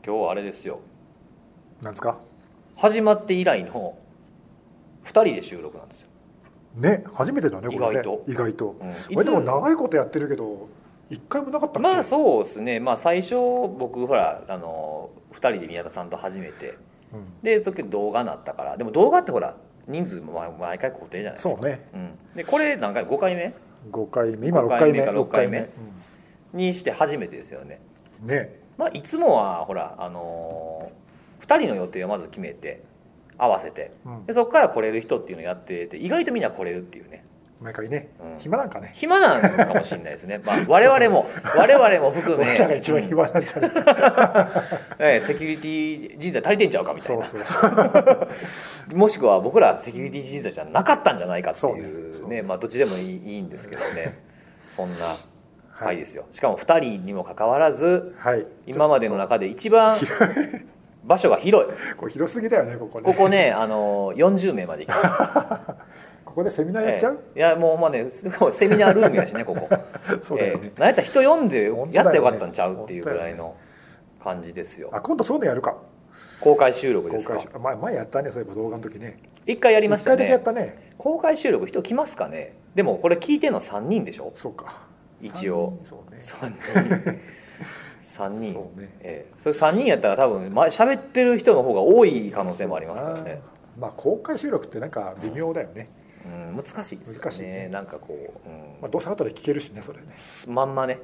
今日はあれですよ、 なんですか始まって以来の2人で収録なんですよね。初めてだねこれね。意外と、俺でも長いことやってるけど一回もなかったっけ。 まあそうですね。まあ最初僕ほら2人で宮田さんと始めて、で時動画になったから。でも動画ってほら人数も毎回固定じゃないですか。 そうね、 でこれ何回5回目 5回目今6回目か6回目にして初めてですよね。まあいつもはほら2人の予定をまず決めて合わせて、でそこから来れる人っていうのをやってて、意外とみんな来れるっていうね。 毎回ね、暇なんかね。 暇なのかもしれないですね。まあ我々も含め俺らが一番暇なんじゃないセキュリティ人材足りてんちゃうかみたいな。もしくは僕らセキュリティ人材じゃなかったんじゃないかっていうね。まあどっちでもいいんですけどね。そんな回ですよ。しかも2人にもかかわらず、今までの中で一番場所が広い。 これ広すぎだよねここね。 ここね40名まで行きます。 ここでセミナーやっちゃう？ いやもうまあねセミナールームやしねここ。 そうだよね。 なんやったら人呼んでやったらよかったんちゃうっていうぐらいの感じですよ。 あ、今度そういうのやるか。 公開収録ですか。 前やったね、そういえば動画の時ね。 1回やりましたね。 1回だけやったね。 公開収録人来ますかね。でもこれ聞いてるの3人でしょ。 そうか。 一応そうね。 3人。それ3人やったら多分喋ってる人の方が多い可能性もありますからね。 まあ公開収録ってなんか微妙だよね。 難しいですよね。なんかこう、 まあどうせ後で聞けるしね、それね。 まんまね。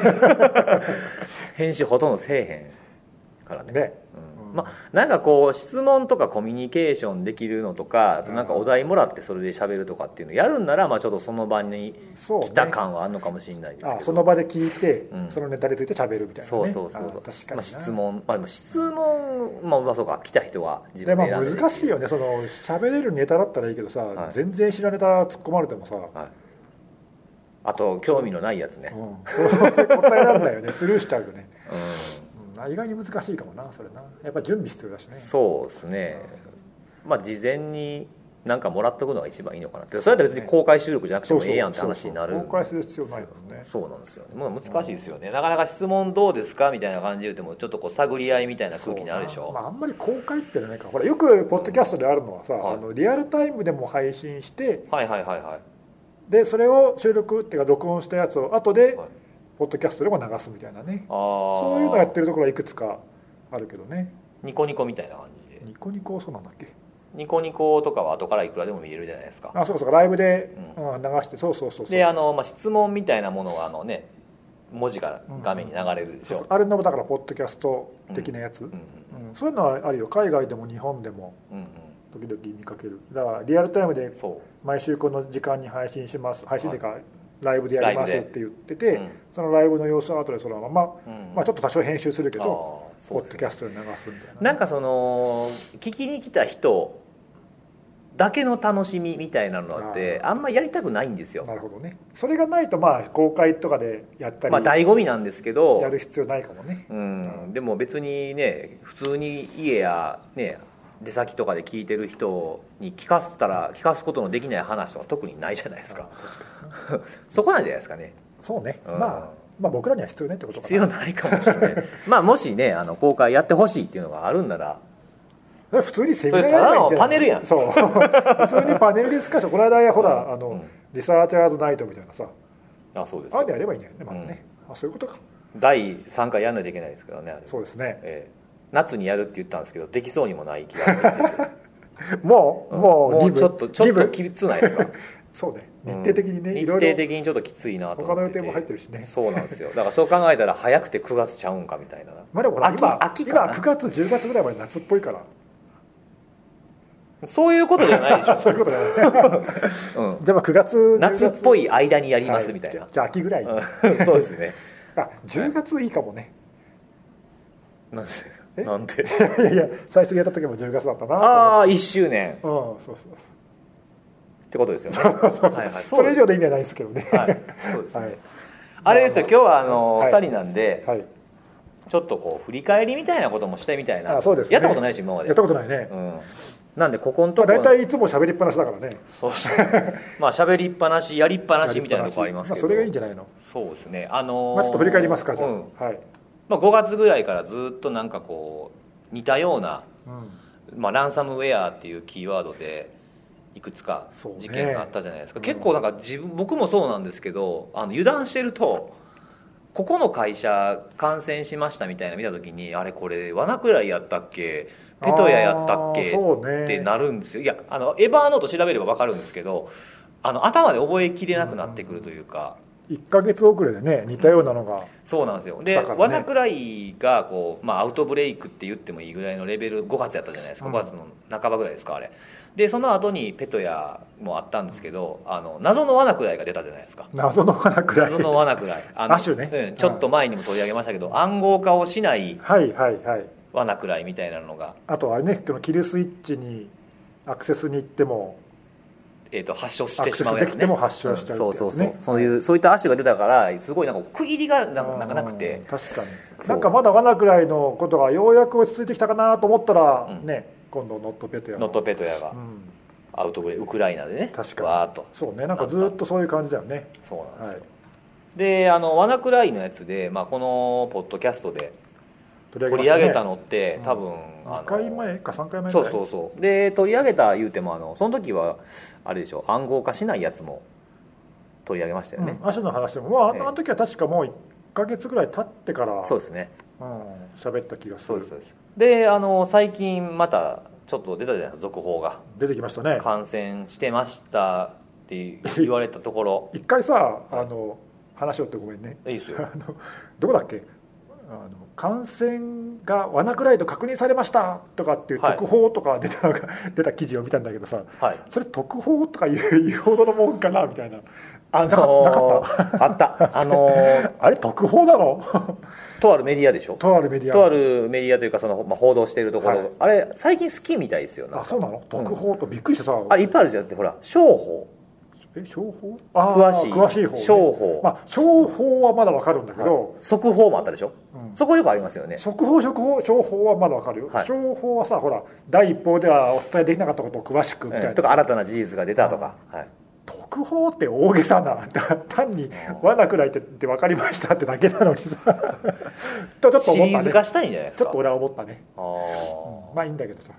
編集ほとんどせえへんからね。まあなんかこう質問とかコミュニケーションできるのとか、あとなんかお題もらってそれで喋るとかっていうのやるんなら、まあちょっとその場に来た感はあるのかもしれないですけど、 その場で聞いて、そのネタについて喋るみたいなね。 そうまあ質問、まあでも質問、まあそうか、来た人は自分で選んで。 でも難しいよね。その喋れるネタだったらいいけどさ、全然知らんネタ突っ込まれてもさ、 あと興味のないやつね。 答えられないよね。スルーしちゃうよね。意外に難しいかもな、それな。やっぱ準備必要だしね。 そうですね。まあ事前になんかもらっとくのが一番いいのかなって。それだったら別に公開収録じゃなくてもええやんって話になる。 公開する必要ないもんね。 そうなんですよね。もう難しいですよね。なかなか質問どうですかみたいな感じで言ってもちょっとこう探り合いみたいな空気になるでしょ。 まああんまり公開ってなんかほらよくポッドキャストであるのはさ、リアルタイムでも配信して、でそれを収録っていうか録音したやつを後でポッドキャストでも流すみたいなね。そういうのやってるところはいくつかあるけどね。 ニコニコみたいな感じで。 ニコニコそうなんだっけ。 ニコニコとかは後からいくらでも見れるじゃないですか。 そうライブで流して、そうでまあ質問みたいなものがね文字が画面に流れるでしょ。 あれのだからポッドキャスト的なやつ、そういうのはあるよ。海外でも日本でも時々見かける。だからリアルタイムで毎週この時間に配信します、配信でかライブでやりますって言ってて、そのライブの様子を後でそのまま、まあちょっと多少編集するけどポッドキャストで流すみたいな。 なんかその聞きに来た人だけの楽しみみたいなのってあんまりやりたくないんですよ。 なるほどね。それがないとまあ公開とかでやったり、 まあ醍醐味なんですけどやる必要ないかもね。 でも別にね普通に家やね出先とかで聞いてる人に聞かすことのできない話とか特にないじゃないですか。そこなんじゃないですかね。 そうね。まあ僕らには必要ねってことかな。 必要ないかもしれない。まあもしね公開やってほしいっていうのがあるんなら。 普通にセミナーやればいいんじゃない？ パネルやん。 そう普通にパネルディスカッション。この間ほらリサーチャーズナイトみたいなさ、 そうです。 あれでやればいいんだよね。まずね。そういうことか。 第3回やんないといけないですからね。あれそうですね。 夏にやるって言ったんですけどできそうにもない気がしてもうちょっときつないですか。 そうね。日程的にね、 日程的にちょっときついなと思ってて。 他の予定も入ってるしね。 そうなんですよ。だからそう考えたら早くて9月ちゃうんかみたいな。 まあでもほら今9月10月ぐらいまで夏っぽいから。 そういうことじゃないでしょ。 そういうことじゃない。じゃあ9月夏っぽい間にやりますみたいな。 じゃあ秋ぐらい。 そうですね。 10月いいかもね。 なんでいや最初やった時も10月だったな。 ああ1周年。 そうってことですよね。 それ以上で意味はないですけどね。 そうですね。あれですよ、今日は2人なんでちょっとこう振り返りみたいなこともしてみたいな。やったことないし今まで。 やったことないね。 なんでここのとこ大体いつも喋りっぱなしだからね。 そうまあ喋りっぱなしやりっぱなしみたいなとこありますけど、 それがいいんじゃないの。 そうですね。 ちょっと振り返りますか。じゃあまあ、5月ぐらいからずっとなんかこう似たような、まあ、ランサムウェアっていうキーワードでいくつか事件があったじゃないですか、結構なんか僕もそうなんですけど油断してるとここの会社感染しましたみたいな見た時にあれこれワナクライやったっけペトヤやったっけってなるんですよ。いやエバーノート調べれば分かるんですけど頭で覚えきれなくなってくるというか、 1ヶ月遅れでね似たようなのが、 そうなんですよ。で、ワナクライがこう、まあ、アウトブレイクって言ってもいいぐらいのレベル5月やったじゃないですか、5月の半ばぐらいですかあれで。その後にペトヤもあったんですけど謎のワナクライが出たじゃないですか。 謎のワナクライ、 謎のワナクライ亜種ね、 ちょっと前にも取り上げましたけど、暗号化をしないワナクライみたいなのが、 あとあれね、キルスイッチにアクセスに行っても発症してしまうやつね。 アクセスできても発症しちゃうってやつね。 そういった亜種が出たからすごいなんか区切りがなくて、 確かになんかまだワナクライのことがようやく落ち着いてきたかなと思ったら、ね、今度ノットペトヤがアウトブレイクウクライナでね、 確かわーっとそうね、なんかずっとそういう感じだよね。 そうなんですよ、でワナクライのやつで、まあ、このポッドキャストで取り上げたのって、多分 2回前か3回前ぐらい。 そうで取り上げた言うてもその時はあれでしょ、暗号化しないやつも取り上げましたよね。 亜種の話でも、あの時は確かもう1ヶ月ぐらい経ってからそうですね、 喋った気がする。 そうです。で最近またちょっと出たじゃないですか、続報が出てきましたね。 感染してましたって言われたところ一回さ話をってごめんね、 いいですよどこだっけ、感染がワナクライと確認されましたとかっていう特報とか出た記事を見たんだけどさ、それ特報とかいうほどのもんかなみたいな、なかった。あれ特報なのとあるメディアでしょ。とあるメディアというか報道しているところ、あれ最近好きみたいですよ。 あ、そうなの。特報とびっくりしてさ、 いっぱいあるじゃん。だってほら商法、 商法詳しい方、商法、 商法はまだわかるんだけど、 速報もあったでしょ。そこよくありますよね。 速報、商法はまだわかるよ。商法はさ、ほら第一報ではお伝えできなかったことを詳しくみたいな、 とか新たな事実が出たとか、 特報って大げさな、単にワナクライって分かりましたってだけなのにさとちょっと思ったね。 シリーズ化したいんじゃないですか。 ちょっと俺は思ったね。まあいいんだけどさ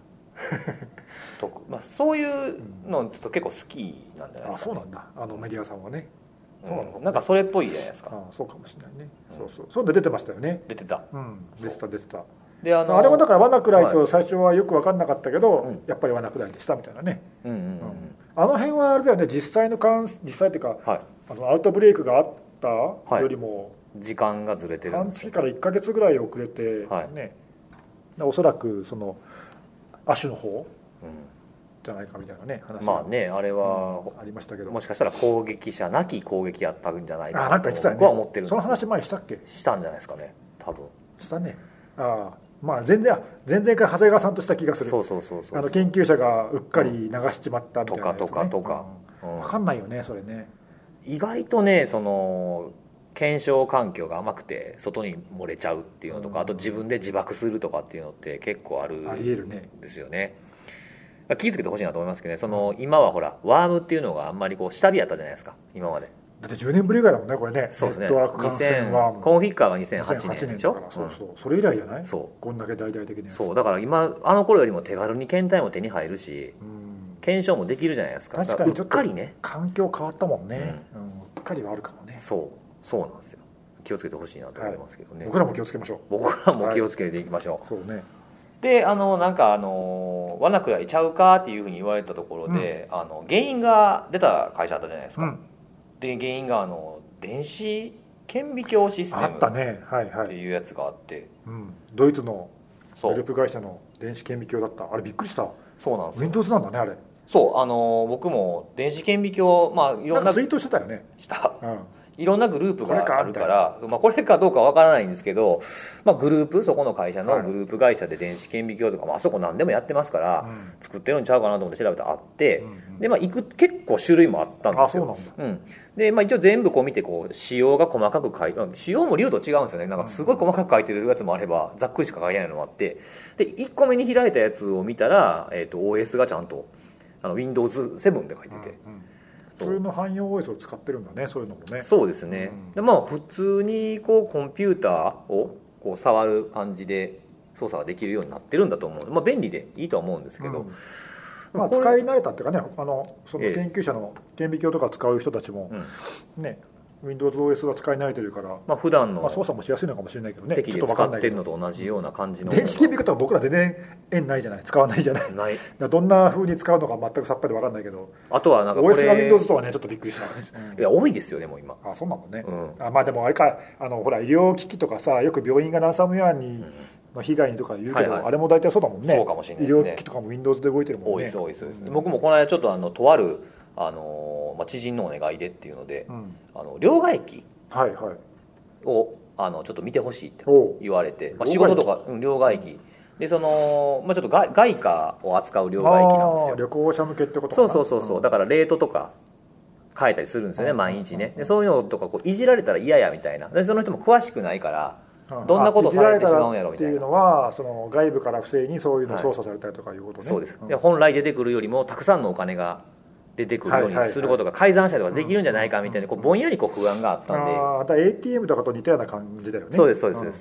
そういうのちょっと結構好きなんじゃないですか。 そうなんだ、メディアさんはね。 なんかそれっぽいじゃないですか。 そうかもしれないね。そうで出てましたよね。 出てた。 であれもだからワナクライと最初はよく分かんなかったけど、やっぱりワナクライでしたみたいなね。あの辺はあれだよね、実際っていうか、アウトブレイクがあったよりも時間がずれてるんですよ。 半月から1ヶ月ぐらい遅れてね、おそらくその亜種の方じゃないかみたいなね話があれはありましたけど、 もしかしたら攻撃者なき攻撃やったんじゃないかなと僕は思ってるんです。 その話前したっけ。 したんじゃないですかね、多分したね。前々回長谷川さんとした気がする。研究者がうっかり流しちまったみたいなやつね。とか分かんないよねそれね。 意外とね検証環境が甘くて外に漏れちゃうっていうのとか、あと自分で自爆するとかっていうのって結構あるんですよね。気をつけてほしいなと思いますけどね。今はほらワームっていうのがあんまり下火やったじゃないですか、今まで。 だって10年ぶりぐらいだもんねこれね。 そうですね。 ネットワーク感染ワーム、 コンフィッカーが2008年でしょ。 それ以来じゃない。こんだけ大々的に。 そうだから今頃よりも手軽に検体も手に入るし、検証もできるじゃないですか。 確かにちょっとね環境変わったもんね。うっかりはあるかもね。 そうなんですよ。気をつけてほしいなと思いますけどね。 僕らも気をつけましょう。 僕らも気をつけていきましょう。 そうね。 でなんかワナクライちゃうかっていうふうに言われたところで、原因が出た会社あったじゃないですか。で原因が電子顕微鏡システムっていうやつがあって、 ドイツのグループ会社の電子顕微鏡だった。あれびっくりした。 そうなんですよ。 Windows なんだねあれ。 そう僕も電子顕微鏡いろんなツイートしてたよね。 いろんなグループがあるからこれかどうかわからないんですけど、グループ、そこの会社のグループ会社で電子顕微鏡とかあそこ何でもやってますから、作ってるんちゃうかなと思って調べたらあって、で結構種類もあったんですよ。で一応全部見て仕様が細かく書いて、仕様も竜と違うんですよね。なんかすごい細かく書いてるやつもあればざっくりしか書いてないのもあって、で1個目に開いたやつを見たら、OS がちゃんとWindows7 で書いてて、 普通の汎用 OS を使ってるんだね、そういうのもね。 そうですね。普通にコンピューターをこう触る感じで操作ができるようになってるんだと思う、まあ、便利でいいとは思うんですけど、 まあ、使い慣れたっていうかね、その研究者の顕微鏡とか使う人たちも、ね、WindowsOS は使い慣れてるから、 まあ普段の操作もしやすいのかもしれないけどね、 席で使ってるのと同じような感じの電子顕微鏡とは僕ら全然縁ないじゃない、使わないじゃない、どんな風に使うのか全くさっぱり分かんないけど、 あとはなんかこれ OS が Windows とはねちょっとびっくりした、 いや多いですよねもう今。 あ、そうなのね、まあでもあれか、ほら医療機器とかさ、よく病院がランサムウェアに、の被害にとか言うけど、あれも大体そうだもんね。 そうかもしれないですね。 医療機器とかも Windows で動いてるもんね。 多いです。僕もこの間ちょっととある知人のお願いでっていうので、両替機をちょっと見てほしいって言われて、仕事とか両替機でちょっと外貨を扱う両替機なんですよ。 旅行者向けってことかな。 そう、だからレートとか変えたりするんですよね、毎日ね。でそういうのとかこういじられたら嫌やみたいな。でその人も詳しくないから。どんなことされてしまうんやろみたいな。っていうのはその外部から不正にそういうの操作されたりとかいうことね。 そうです。本来出てくるよりもたくさんのお金が出てくるようにすることが改ざんしたりとかできるんじゃないかみたいなぼんやり不安があったんで。 また ATM とかと似たような感じだよね。 そうです。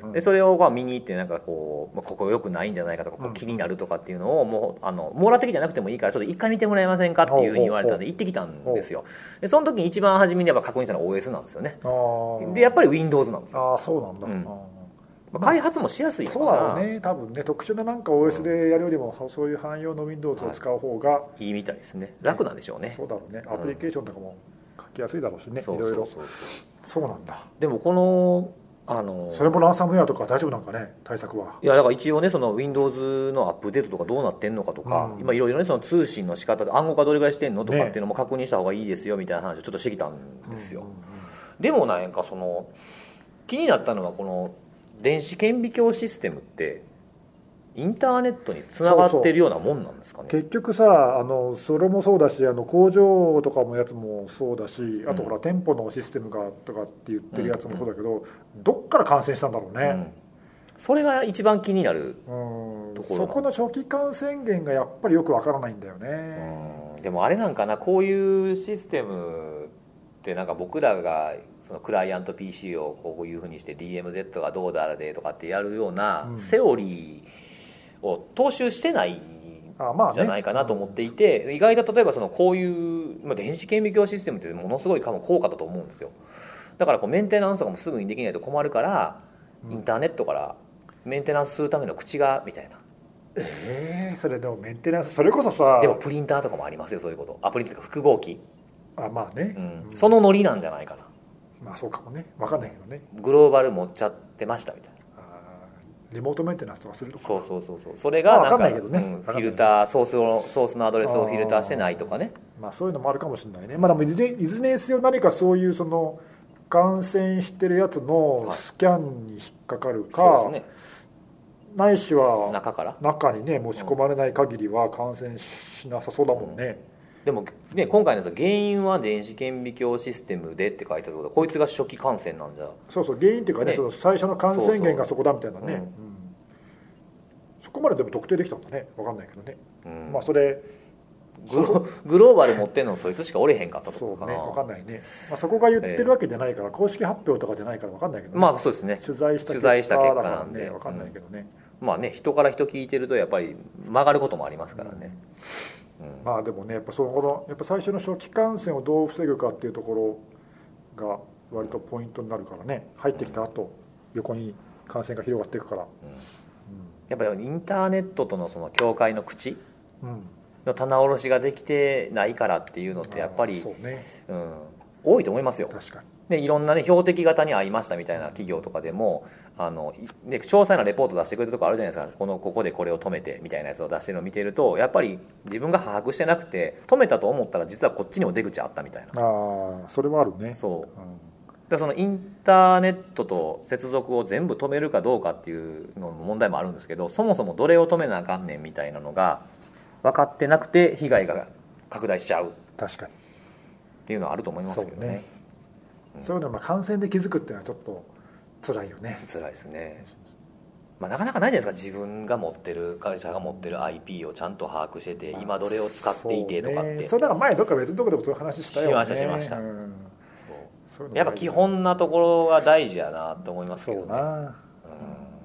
でそれを見に行ってなんかここ良くないんじゃないかとか気になるとかっていうのをもう網羅的じゃなくてもいいからちょっと一回見てもらえませんかっていうふうに言われたんで行ってきたんですよ。でその時に一番初めにやっぱ確認したのは OS なんですよね。でやっぱり Windows なんですよ。 ああそうなんだ。 開発もしやすいそうだろうね、多分ね、特殊ななんか OS でやるよりも、そういう汎用の Windows を使う方がいいみたいですね。楽なんでしょうね。 そうだろうね、アプリケーションとかも書きやすいだろうしね、いろいろ。そうなんだ。 でもこのそれもランサムウェアとか大丈夫なんかね、対策は。 いやだから一応ね、その Windows のアップデートとかどうなってんのかとか、今いろいろね、その通信の仕方で暗号化どれぐらいしてんのとかっていうのも確認した方がいいですよみたいな話をちょっとしてきたんですよ。でもなんか気になったのはこの電子顕微鏡システムってインターネットにつながってるようなもんなんですかね。 結局さ、それもそうだし、工場とかのやつもそうだし、あとほら店舗のシステムがとかって言ってるやつもそうだけど、どっから感染したんだろうね。 それが一番気になるところ。 そこの初期感染源がやっぱりよくわからないんだよね。 でもあれなんかな、こういうシステムってなんか僕らがそのクライアント PC をこういうふうにして DMZ がどうだらでとかってやるようなセオリーを踏襲してないんじゃないかなと思っていて、意外と例えばこういう電子顕微鏡システムってものすごい効果だと思うんですよ。だからメンテナンスとかもすぐにできないと困るから、インターネットからメンテナンスするための口がみたいな。 それでもメンテナンス、それこそさ、 でもプリンターとかもありますよ、そういうこと。プリンターとか複合機、 まあね、 そのノリなんじゃないかな。 まあそうかもね、分かんないけどね。 グローバル持っちゃってましたみたいな。 リモートメンテナンスとかするとか。 そうそれがなんか、 フィルターソースのアドレスをフィルターしてないとかね。 そういうのもあるかもしれないね。でもいずれにせよ何かそういう感染してるやつのスキャンに引っかかるか、ないしは中にね持ち込まれない限りは感染しなさそうだもんね。 でもね、今回の原因は電子顕微鏡システムでって書いてあることは、こいつが初期感染なんじゃ。 そう原因っていうかね、最初の感染源がそこだみたいなね。そこまででも特定できたんだね、分かんないけどね。それグローバル持ってるのそいつしかおれへんかったとこかな。 分かんないね。そこが言ってるわけじゃないから、公式発表とかじゃないから分かんないけどね。 そうですね。 取材した結果なんで分かんないけどね。 人から人聞いてるとやっぱり曲がることもありますからね。 でもね、やっぱ最初の初期感染をどう防ぐかっていうところが割とポイントになるからね。入ってきた後、横に感染が広がっていくから、 やっぱりインターネットとのその境界の口の棚卸しができてないからっていうのってやっぱり、多いと思いますよ。 確かに。 でいろんな標的型に合いましたみたいな企業とかでも詳細なレポート出してくれるところあるじゃないですか。ここでこれを止めてみたいなやつを出してるのを見てると、やっぱり自分が把握してなくて止めたと思ったら実はこっちにも出口あったみたいな。 それはあるね。 でそのインターネットと接続を全部止めるかどうかっていうのの問題もあるんですけど、そもそもどれを止めなあかんねんみたいなのが分かってなくて被害が拡大しちゃう。 確かに。 っていうのはあると思いますけどね。 そういうの感染で気づくっていうのはちょっと辛いよね。 辛いですね。なかなかないじゃないですか。自分が持ってる会社が持ってる IP をちゃんと把握してて、今どれを使っていてとかって。 それだから前どっか別のところでもそういう話したよね。 しました。やっぱ基本なところが大事やなと思いますけどね。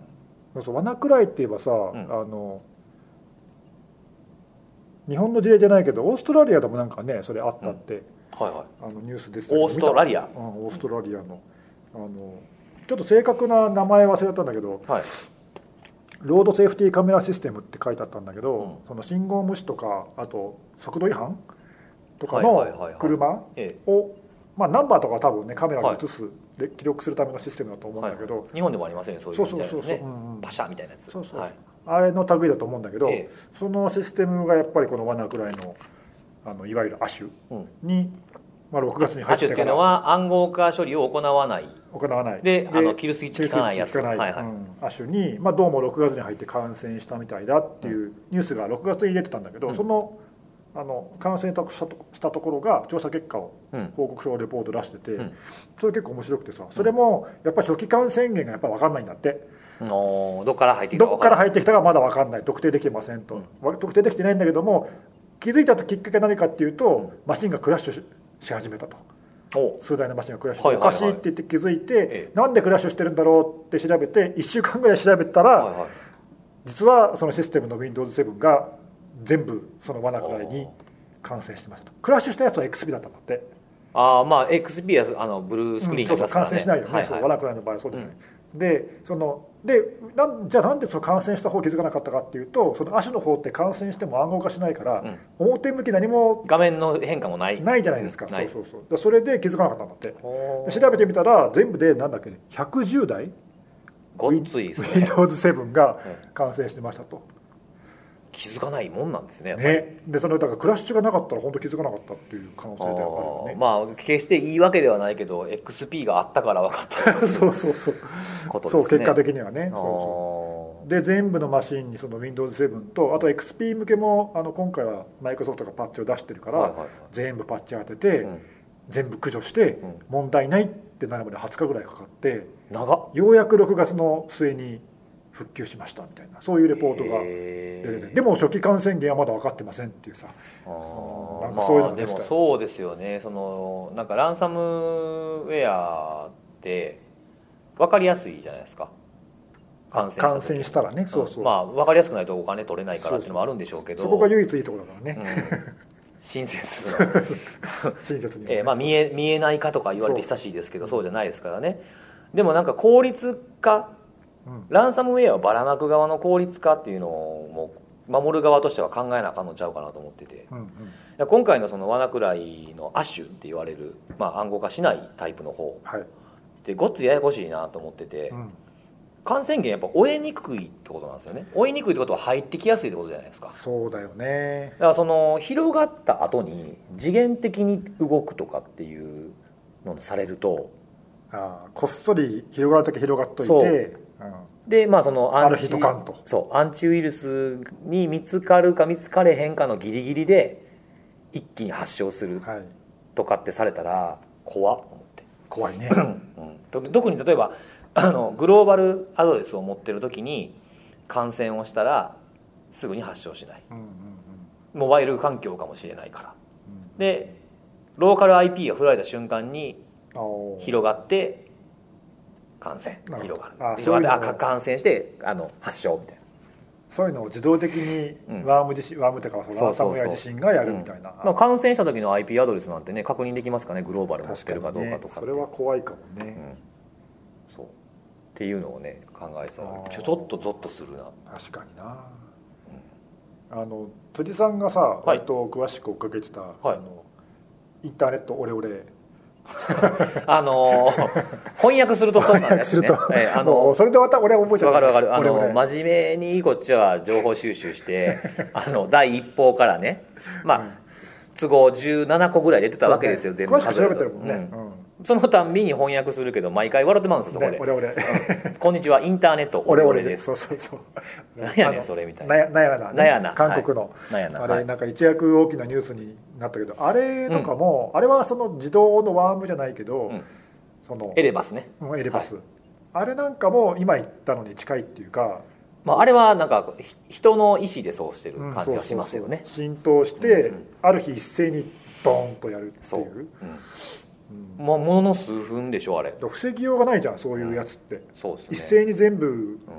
そうそう、ワナクライって言えばさ、日本の事例じゃないけどオーストラリアでもなんかねそれあったって、ニュースでしたけど、 オーストラリア、 オーストラリアのちょっと正確な名前忘れたんだけど、ロードセーフティーカメラシステムって書いてあったんだけど、その信号無視とかあと速度違反とかの車を、まあ、ナンバーとかは多分ねカメラで映す、で記録するためのシステムだと思うんだけど、 日本でもありませんね、そういうみたいですね、パシャみたいなやつ、 あれの類だと思うんだけど、そのシステムがやっぱりこのワナクライのいわゆる亜種に、まあ、6月に入ってから、 亜種っていうのは暗号化処理を行わないでキルスイッチ効かないやつ、 亜種に、まあ、どうも6月に入って感染したみたいだっていうニュースが6月に出てたんだけど、その感染したところが調査結果を報告書レポート出してて、それ結構面白くてさ、それもやっぱり初期感染源がやっぱり分かんないんだって。 どっから入ってきたかまだ分かんない、特定できてませんと、特定できてないんだけども、気づいたきっかけは何かっていうと、マシンがクラッシュし始めたと。数台のマシンがクラッシュして、おかしいって言って気づいて、なんでクラッシュしてるんだろうって調べて1週間ぐらい調べたら、実はそのシステムの Windows7 が全部そのワナクライに感染してましたと。クラッシュしたやつは XP だったんだって。 まあ XP はブルースクリーンになりますからね、 感染しないよね、ワナクライの場合はそうじゃない。じゃあなんでその感染した方気づかなかったかっていうと、その亜種の方って感染しても暗号化しないから、表向き何も画面の変化もないじゃないですか。それで気づかなかったんだって。調べてみたら全部でなんだっけ110台ごっついですね、 Windows7 が感染してましたと。 気づかないもんなんですね。 でそのだからクラッシュがなかったら本当気づかなかったっていう可能性ではあるよね。 まあ決していいわけではないけど XP があったから分かったことですね。 そう結果的にはね。で全部のマシンにその Windows7 とあと XP 向けも今回はマイクロソフトがパッチを出してるから、全部パッチ当てて、全部駆除して、問題ないってなるまで20日ぐらいかかって、ようやく6月の末に復旧しましたみたいな、そういうレポートが出てて、でも初期感染源はまだ分かってませんっていうさ、 なんかそういうのでもそうですよね。なんかランサムウェアって分かりやすいじゃないですか、感染したらね。まあ分かりやすくないとお金取れないからっていうのもあるんでしょうけど、 そこが唯一いいところだからね。 親切にまあ見えないかとか言われて久しいですけど、そうじゃないですからね。でもなんか効率化、ランサムウェアはばらまく側の効率化っていうのをもう守る側としては考えなあかんのちゃうかなと思ってて、今回のそのワナクライの亜種って言われる、まあ、暗号化しないタイプの方でごっつややこしいなと思ってて、感染源やっぱ追えにくいってことなんですよね。追いにくいってことは入ってきやすいってことじゃないですか。 そうだよね。 だからその広がった後に次元的に動くとかっていうのをされると、 こっそり広がるだけ広がっといて、 でまあそのある日ドカンと、 アンチウイルスに見つかるか見つかれへんかのギリギリで一気に発症するとかってされたら怖っと思って。 怖いね。 特に例えばグローバルアドレスを持ってる時に感染をしたらすぐに発症しない、モバイル環境かもしれないから、でローカル IP が振られた瞬間に広がって感染広がる、感染して発症みたいな、 そういうのを自動的にワームというかランサムウェア自身がやるみたいな。 感染した時の IP アドレスなんてね確認できますかね、グローバル持ってるかどうかとか。 それは怖いかもね。 そうっていうのをね考えてたらちょっとゾッとするな。 確かにな。辻さんがさ割と詳しく追っかけてたインターネットオレオレ翻訳するとそうなんですね。 それでまた俺は覚えちゃう。 分かる真面目にこっちは情報収集して第一報からね、まあ都合17個ぐらい出てたわけですよ、全部詳しく調べてるもんね。 そのたんびに翻訳するけど毎回笑ってまうんですよ、そこで。こんにちは、インターネットオレオレです。何やねんそれみたいな。 ナヤナ韓国のあれなんか一躍大きなニュースになったけど、あれとかもあれはその自動のワームじゃないけど、そのエレバスね。 エレバスあれなんかも今言ったのに近いっていうか、 あれはなんか人の意思でそうしてる感じがしますよね。 浸透してある日一斉にドーンとやるっていう。 ものの数分でしょあれ。 防ぎようがないじゃん、そういうやつって。 そうですね。 一斉に全部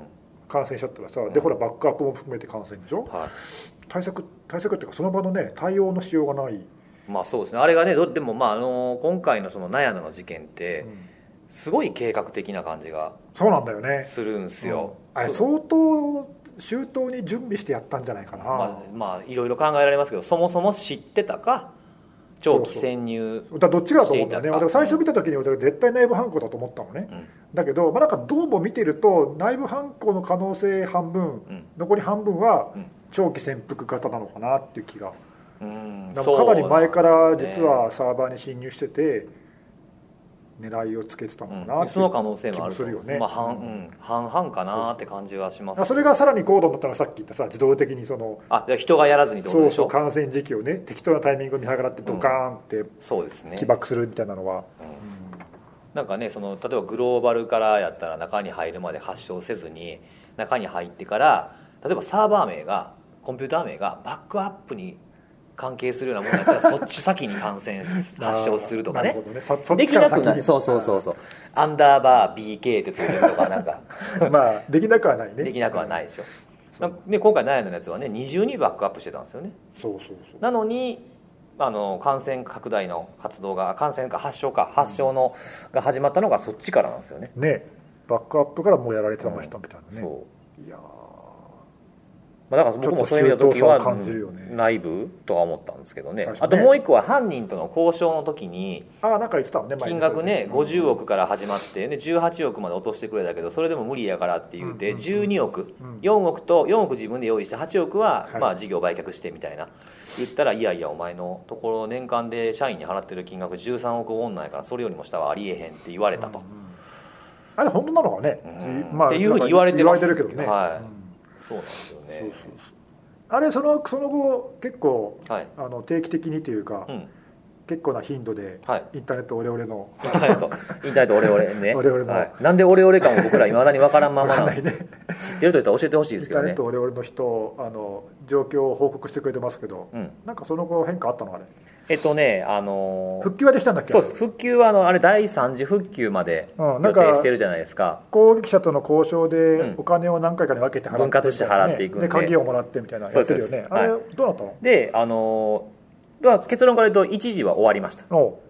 感染しちゃったらさ、でほらバックアップも含めて感染でしょ、はい、対策っていうかその場のね対応のしようがない。 まあそうですね、あれがねでもまあ今回のそのナヤナの事件ってすごい計画的な感じがそうなんだよねするんですよ、 あれ相当周到に準備してやったんじゃないかな。 まあいろいろ考えられますけど、そもそも知ってたか長期潜入だどっちかだと思うんだよね。最初見た時に俺絶対内部犯行だと思ったのね、だけど、なんかどうも見てると内部犯行の可能性半分、残り半分は長期潜伏型なのかなっていう気が、かなり前から実はサーバーに侵入してて狙いをつけてたのかなっていう気もするよね。 その可能性もある、半々かなって感じはします、 それがさらに高度になったのがさっき言ったさ、自動的にその人がやらずにってことでしょ。 そう感染時期をね適当なタイミングを見計らってドカーンって起爆するみたいなのは、 なんかね、例えばグローバルからやったら中に入るまで発症せずに中に入ってから例えばサーバー名がコンピューター名がバックアップに関係するようなものだったらそっち先に感染発症するとかねできなくない。そうアンダーバー BK ってついてるとかなんかまあできなくはないね。 できなくはないでしょ。で今回ナヤのやつはね二重にバックアップしてたんですよね。 そうなのに感染拡大の活動が発症のが始まったのがそっちからなんですよね。 バックアップからもうやられてましたみたいなね。そういやだから僕もそういう意味の時は内部とは思ったんですけどね。あともう一個は犯人との交渉の時に金額ね50億から始まって18億まで落としてくれたけどそれでも無理やからって言って12億4億自分で用意して8億は事業売却してみたいな言ったらいやいやお前のところ年間で社員に払ってる金額13億ウォンなんやからそれよりも下はありえへんって言われたと。 あれ本当なのかねっていうふうに言われてます。 言われてるけどね。 そうなんですよね。 あれその後結構、定期的にというか、結構な頻度で、インターネットオレオレのインターネットオレオレねなんでオレオレかも僕らいまだに分からんままなんで知ってると言ったら教えてほしいですけどね。 インターネットオレオレの人状況を報告してくれてますけど、なんかその後変化あったのあれ。復旧はできたんだっけ。 そうです。復旧はあれ第3次復旧まで予定してるじゃないですか。 攻撃者との交渉でお金を何回かに分けて払って、 分割して払っていくんで鍵をもらってみたいなやってるよね。あれどうなったの。 で結論から言うと一時は終わりました。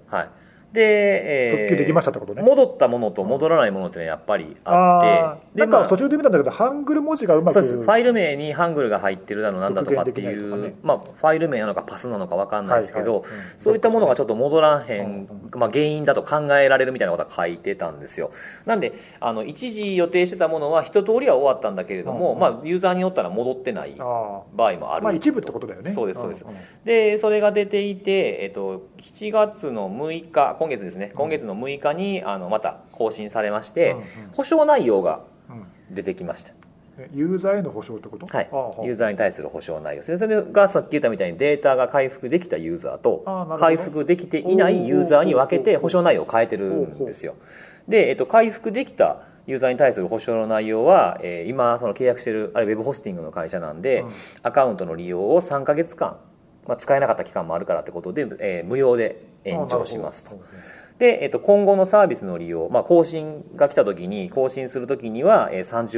で、 復旧できましたってことね。 戻ったものと戻らないものってのはやっぱりあって、 なんか途中で見たんだけどハングル文字がうまくそうです。ファイル名にハングルが入ってるだのなんだとかっていう、ファイル名なのかパスなのか分かんないですけど、そういったものがちょっと戻らへん、原因だと考えられるみたいなことが書いてたんですよ。なんで一時予定してたものは一通りは終わったんだけれども、ユーザーによったら戻ってない場合もある。 一部ってことだよね。 そうです。でそれが出ていて、7月の6日今月ですね、今月の6日にまた更新されまして、保証内容が出てきました。 ユーザーへの保証ってこと。 はい、ユーザーに対する保証内容。それがさっき言ったみたいにデータが回復できたユーザーと回復できていないユーザーに分けて保証内容を変えてるんですよ。で、回復できたユーザーに対する保証の内容は、今その契約してるウェブホスティングの会社なんで、アカウントの利用を3ヶ月間、使えなかった期間もあるからってことで、無料で延長しますと。で、今後のサービスの利用、更新が来た時に更新する時には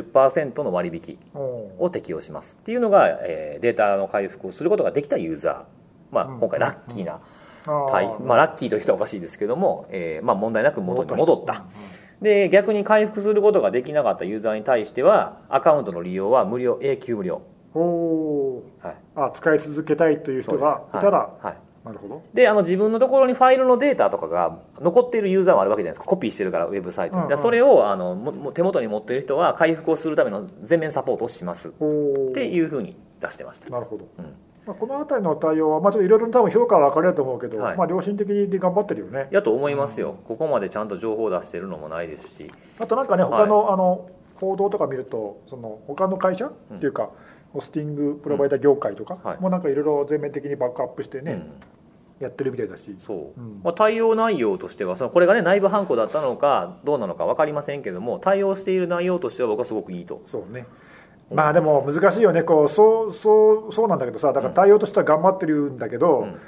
30% の割引を適用しますっていうのが、データの回復をすることができたユーザー、今回ラッキーな、ラッキーという人はおかしいですけども、問題なく元に戻った。で逆に回復することができなかったユーザーに対してはアカウントの利用は永久無料。 使い続けたいという人がいたら、なるほど。 で自分のところにファイルのデータとかが残っているユーザーもあるわけじゃないですか。コピーしてるからウェブサイトに、それを手元に持っている人は回復をするための全面サポートをしますっていうふうに出してました。 なるほど。この辺りの対応は、ちょっといろいろ多分評価は分かれると思うけど、良心的に頑張ってるよね。 やと思いますよ。ここまでちゃんと情報を出してるのもないですし、 あとなんかね、他の報道とか見ると、他の会社っていうか、ホスティングプロバイダー業界とかもなんかいろいろ全面的にバックアップしてね、やってるみたいだし、 対応内容としてはこれがね内部犯行だったのかどうなのか分かりませんけども、対応している内容としては僕はすごくいいと。 そうね。でも難しいよね。そうなんだけどさ、だから対応としては頑張ってるんだけど、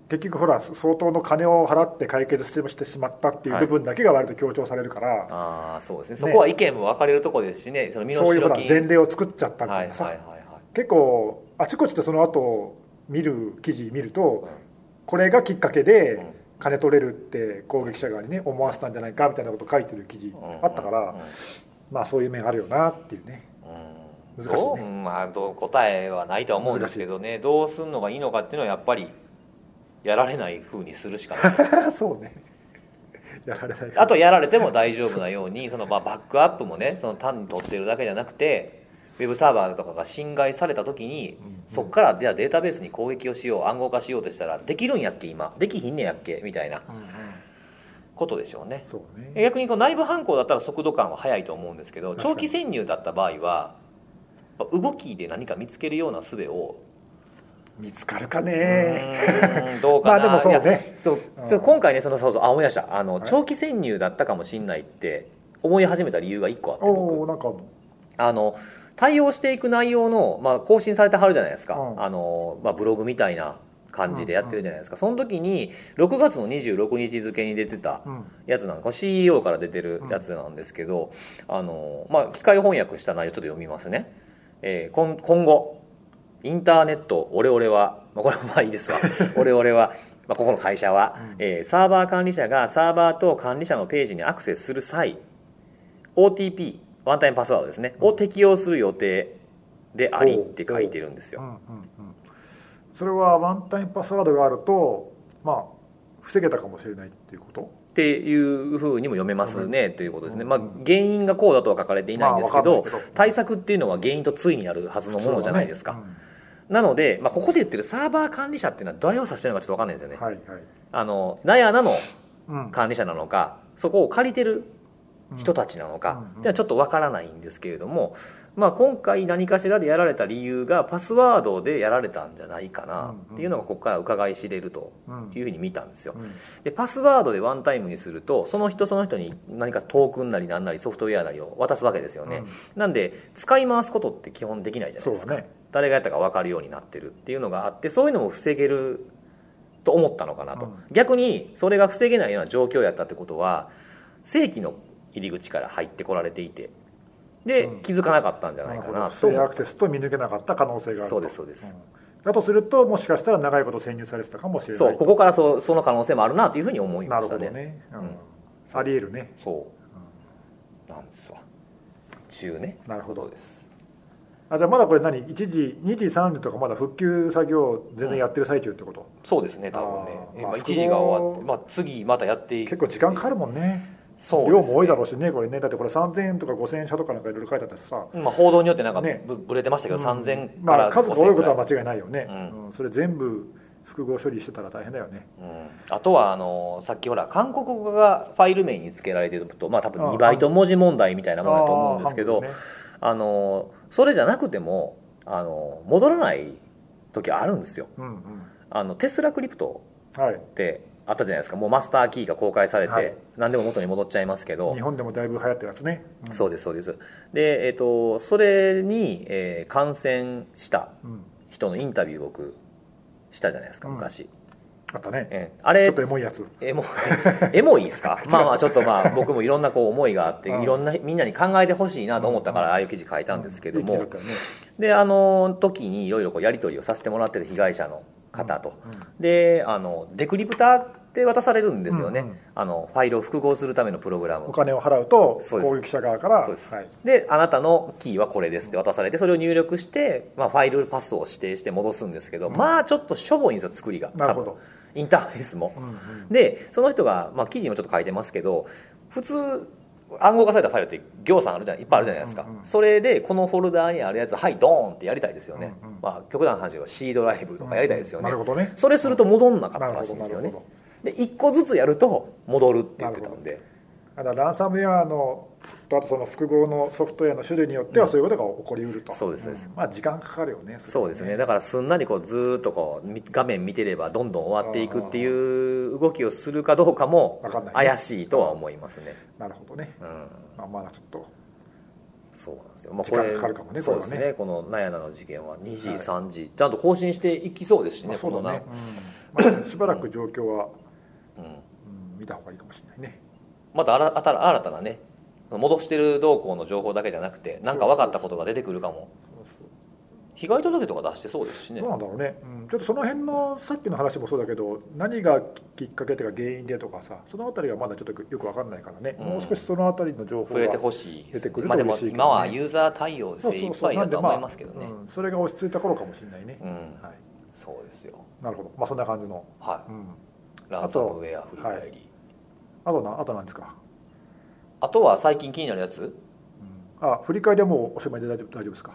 結局ほら相当の金を払って解決してしまったっていう部分だけが割と強調されるから、 ああそうですね、そこは意見も分かれるところですしね、その身代金、 そういうほら前例を作っちゃったみたいなさ、結構あちこちでその後記事見ると、これがきっかけで金取れるって攻撃者側にね思わせたんじゃないかみたいなことを書いてる記事あったから、まあそういう面あるよなっていうね。難しいね。 まあ答えはないとは思うんですけどね、どうするのがいいのかっていうのはやっぱりやられない風にするしかないそうね、やられない。 あとやられても大丈夫なようにそのバックアップもね、その単に取ってるだけじゃなくて、ウェブサーバーとかが侵害された時に、そこからではデータベースに攻撃をしよう、暗号化しようとしたらできるんやっけ、今できひんねやっけみたいなことでしょうね。 そうね、 逆に内部犯行だったら速度感は速いと思うんですけど、長期潜入だった場合は動きで何か見つけるような術を見つかるかね。 どうかな。 まあでもそうね、 今回ね、思い出した、長期潜入だったかもしれないって思い始めた理由が1個あって、僕なんか対応していく内容の、更新されてはるじゃないですか、ブログみたいな感じでやってるじゃないですか、その時に6月の26日付に出てたやつなんか、CEO から出てるやつなんですけど、機械翻訳した内容ちょっと読みますね。今後インターネットオレオレは、これはまあいいですわオレオレは、ここの会社は、サーバー管理者がサーバーと管理者のページにアクセスする際 OTP ワンタイムパスワードですね、を適用する予定でありって書いてるんですよ。 それはワンタイムパスワードがあると防げたかもしれないっていうことっていうふうにも読めますね、ということですね。原因がこうだとは書かれていないんですけど、対策っていうのは原因と対になるはずのものじゃないですか。なので、ここで言ってるサーバー管理者っていうのは誰を指してるのかちょっと分かんないですよね。ナヤナの管理者なのか、そこを借りてる人たちなのかっていうのはちょっと分からないんですけれども、今回何かしらでやられた理由がパスワードでやられたんじゃないかなっていうのがここから伺い知れるというふうに見たんですよ。でパスワードでワンタイムにするとその人に何かトークンなり何なりソフトウェアなりを渡すわけですよね。なんで使い回すことって基本できないじゃないですか。誰がやったか分かるようになってるっていうのがあって、そういうのも防げると思ったのかなと。逆にそれが防げないような状況やったってことは正規の入り口から入ってこられていて、で気づかなかったんじゃないかなと。 不正アクセスと見抜けなかった可能性があると。 そうですそうです、 だとするともしかしたら長いこと潜入されてたかもしれない。 そう、ここからその可能性もあるなというふうに思いましたね。 なるほどね、ありえるね。 そうなんですわ。中ね。 なるほどです。 じゃあまだこれ1時2時3時とかまだ復旧作業全然やってる最中ってこと？ そうですね、多分ね。1時が終わって、次またやっていく。 結構時間かかるもんね。量も多いだろうしね、これね。だってこれ3000円とか5000円車とかなんかいろいろ書いてあったしさ、 報道によってなんかブレてましたけど、3000から数が多いことは間違いないよね。それ全部複合処理してたら大変だよね。 あとはさっきほら韓国語がファイル名に付けられてると、多分2バイト文字問題みたいなものだと思うんですけど、それじゃなくても戻らない時あるんですよ。テスラクリプトってあったじゃないですか。もうマスターキーが公開されて、何でも元に戻っちゃいますけど、 日本でもだいぶ流行ってるやつね。 そうですそうです。で、それに、感染した人のインタビューを僕したじゃないですか、昔。 あったね。 あれちょっとエモいやつ。 エモいですか？ちょっと僕もいろんな思いがあって、いろんなみんなに考えてほしいなと思ったからああいう記事書いたんですけども、で時にいろいろやり取りをさせてもらってる被害者の方と、でデクリプターって渡されるんですよね。ファイルを複合するためのプログラム。 お金を払うと攻撃者側からであなたのキーはこれですって渡されて、それを入力して、ファイルパスを指定して戻すんですけど、ちょっとしょぼいんですよ、作りが。 なるほど。 インターフェースも。でその人が、記事にもちょっと書いてますけど、普通暗号化されたファイルって行さんいっぱいあるじゃないですか。それでこのフォルダーにあるやつはいドーンってやりたいですよね。極端な話は C ドライブとかやりたいですよね。それすると戻んなかったらしいんですよね。で1個ずつやると戻るって言ってたんで、 ランサムウェアのと、あとその複合のソフトウェアの種類によってはそういうことが起こりうると。 そうですそうです。 時間かかるよね。 そうですね。だからすんなりずっと画面見てればどんどん終わっていくっていう動きをするかどうかも怪しいとは思いますね。 なるほどね。まだちょっとそうなんですよ。 時間かかるかもね。 そうですね。このナヤナの事件は2時3時ちゃんと更新していきそうですしね。 しばらく状況は、見た方がいいかもしれないね。 また新たなね、戻してる動向の情報だけじゃなくて何か分かったことが出てくるかも。被害届とか出してそうですしね。 そうなんだろうね、ちょっとその辺のさっきの話もそうだけど、何がきっかけというか原因でとかさ、そのあたりがまだちょっとよく分かんないからね、もう少しそのあたりの情報が触れてほしい出てくると嬉しいけどね。 でも今はユーザー対応で精一杯だと思いますけどね。 それが落ち着いた頃かもしれないね。 はい、そうですよ。 なるほど、そんな感じの、 ランサムウェア振り返り。 あとなんですか。 あとは最近気になるやつ、 振り返りはもうおしまいで大丈夫ですか。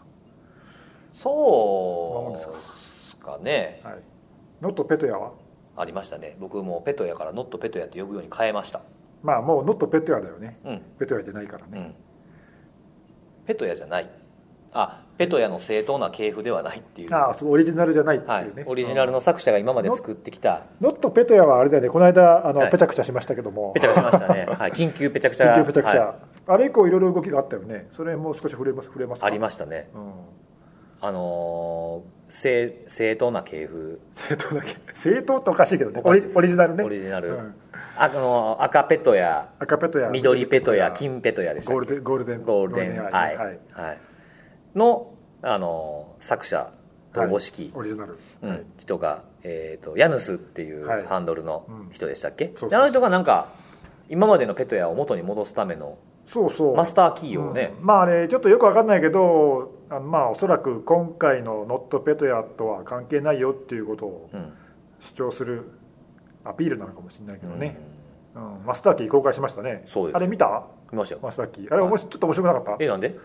そうですかね。 ノットペトヤはありましたね。僕もペトヤからノットペトヤって呼ぶように変えました。 もうノットペトヤだよね。ペトヤじゃないからね。 ペトヤじゃない。ペトヤの正当な系譜ではないっていう。 そうオリジナルじゃないっていうね。 オリジナルの作者が今まで作ってきた。 ノットペトヤはあれだよね。この間ペチャクチャしましたけども。 ペチャクチャしましたね。緊急ペチャクチャ。 緊急ペチャクチャ。あれ以降いろいろ動きがあったよね。それも少し触れますか。 ありましたね。正当な系譜。 正当っておかしいけどね。オリジナルね。 オリジナル。赤ペトヤ、緑ペトヤ、金ペトヤでしたっけ。 ゴールデンの作者とおぼしき人がヤヌスっていうハンドルの人でしたっけ。あの人がなんか今までのペトヤを元に戻すためのマスターキーをね、 ちょっとよく分かんないけど、おそらく今回のノットペトヤとは関係ないよっていうことを主張するアピールなのかもしれないけどね。マスターキー公開しましたね。あれ見た？ 見ましたよ。 マスターキーあれちょっと面白くなかった？ なんで？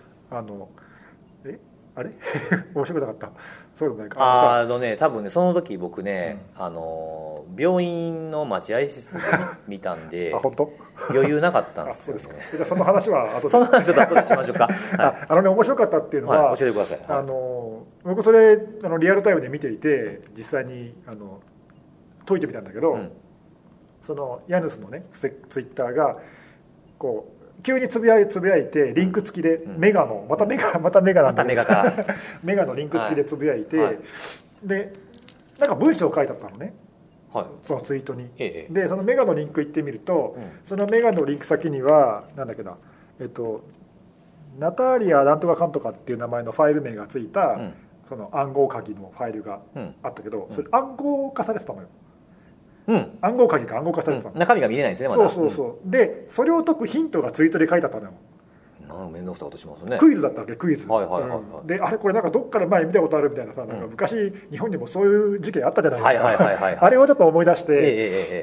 あれ面白くなかった。そうでもないか。 多分ね、その時僕ね、病院の待合室で見たんで本当余裕なかったんですよね。 じゃあその話は後で。 その話ちょっと後でしましょうか。 面白かったっていうのは、 教えてください。 僕それリアルタイムで見ていて実際に解いてみたんだけど、そのヤヌスのねツイッターがこう急につぶやいてリンク付きでメガのまたメガなんだけどメガのリンク付きでつぶやいて、でなんか文章を書いてあったのね、そのツイートに。でそのメガのリンク行ってみると、そのメガのリンク先にはなんだっけな、ナターリアなんとかかんとかっていう名前のファイル名がついた、その暗号鍵のファイルがあったけど、それ暗号化されてたのよ。暗号鍵が暗号化されてたの。 中身が見れないんですね、まだ。 そうでそれを解くヒントがツイートで書いてあったのよ。 面倒くさいことしますね。 クイズだったわけ、クイズ。でこれなんかどっから前見たことあるみたいなさ、なんか昔日本にもそういう事件あったじゃないですか。あれをちょっと思い出して、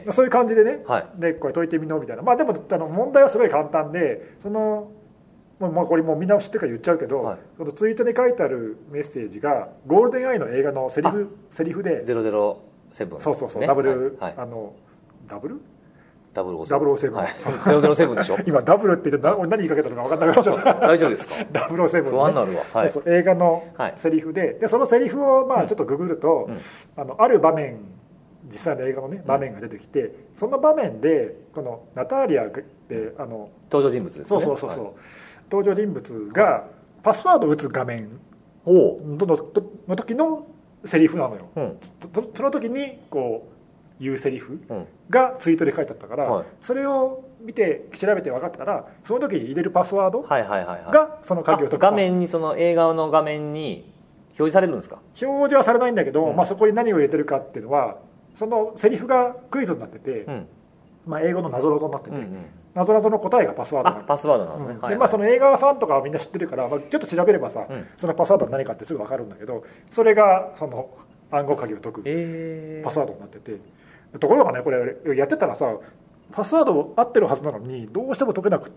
そういう感じでね、でこれ解いてみようみたいな。でも問題はすごい簡単で、そのこれもうみんな知ってるから言っちゃうけど、そのツイートに書いてあるメッセージがゴールデンアイの映画のセリフで 007、 ダブル 007でしょ。 今ダブルって言って何言いかけたのか分かんなくなっちゃった。 大丈夫ですか。 007、 不安になるわ。 映画のセリフで、そのセリフをちょっとググると、ある場面、実際の映画のね場面が出てきて、その場面でこのナターリアで登場人物ですね。 登場人物がパスワードを打つ画面の時のセリフなのよ。その時にこう言うセリフがツイートで書いてあったから、それを見て調べて分かったら、その時に入れるパスワードがその鍵を解く。 画面に、その映画の画面に表示されるんですか。 表示はされないんだけど、そこに何を入れてるかっていうのは、そのセリフがクイズになってて、英語のなぞなぞになってて、なぞなぞの答えがパスワード。 パスワードなんですね。 でその映画ファンとかはみんな知ってるから、ちょっと調べればさ、そのパスワードは何かってすぐ分かるんだけど、それがその暗号鍵を解くパスワードになってて、ところがね、これやってたらさ、パスワード合ってるはずなのにどうしても解けなくって、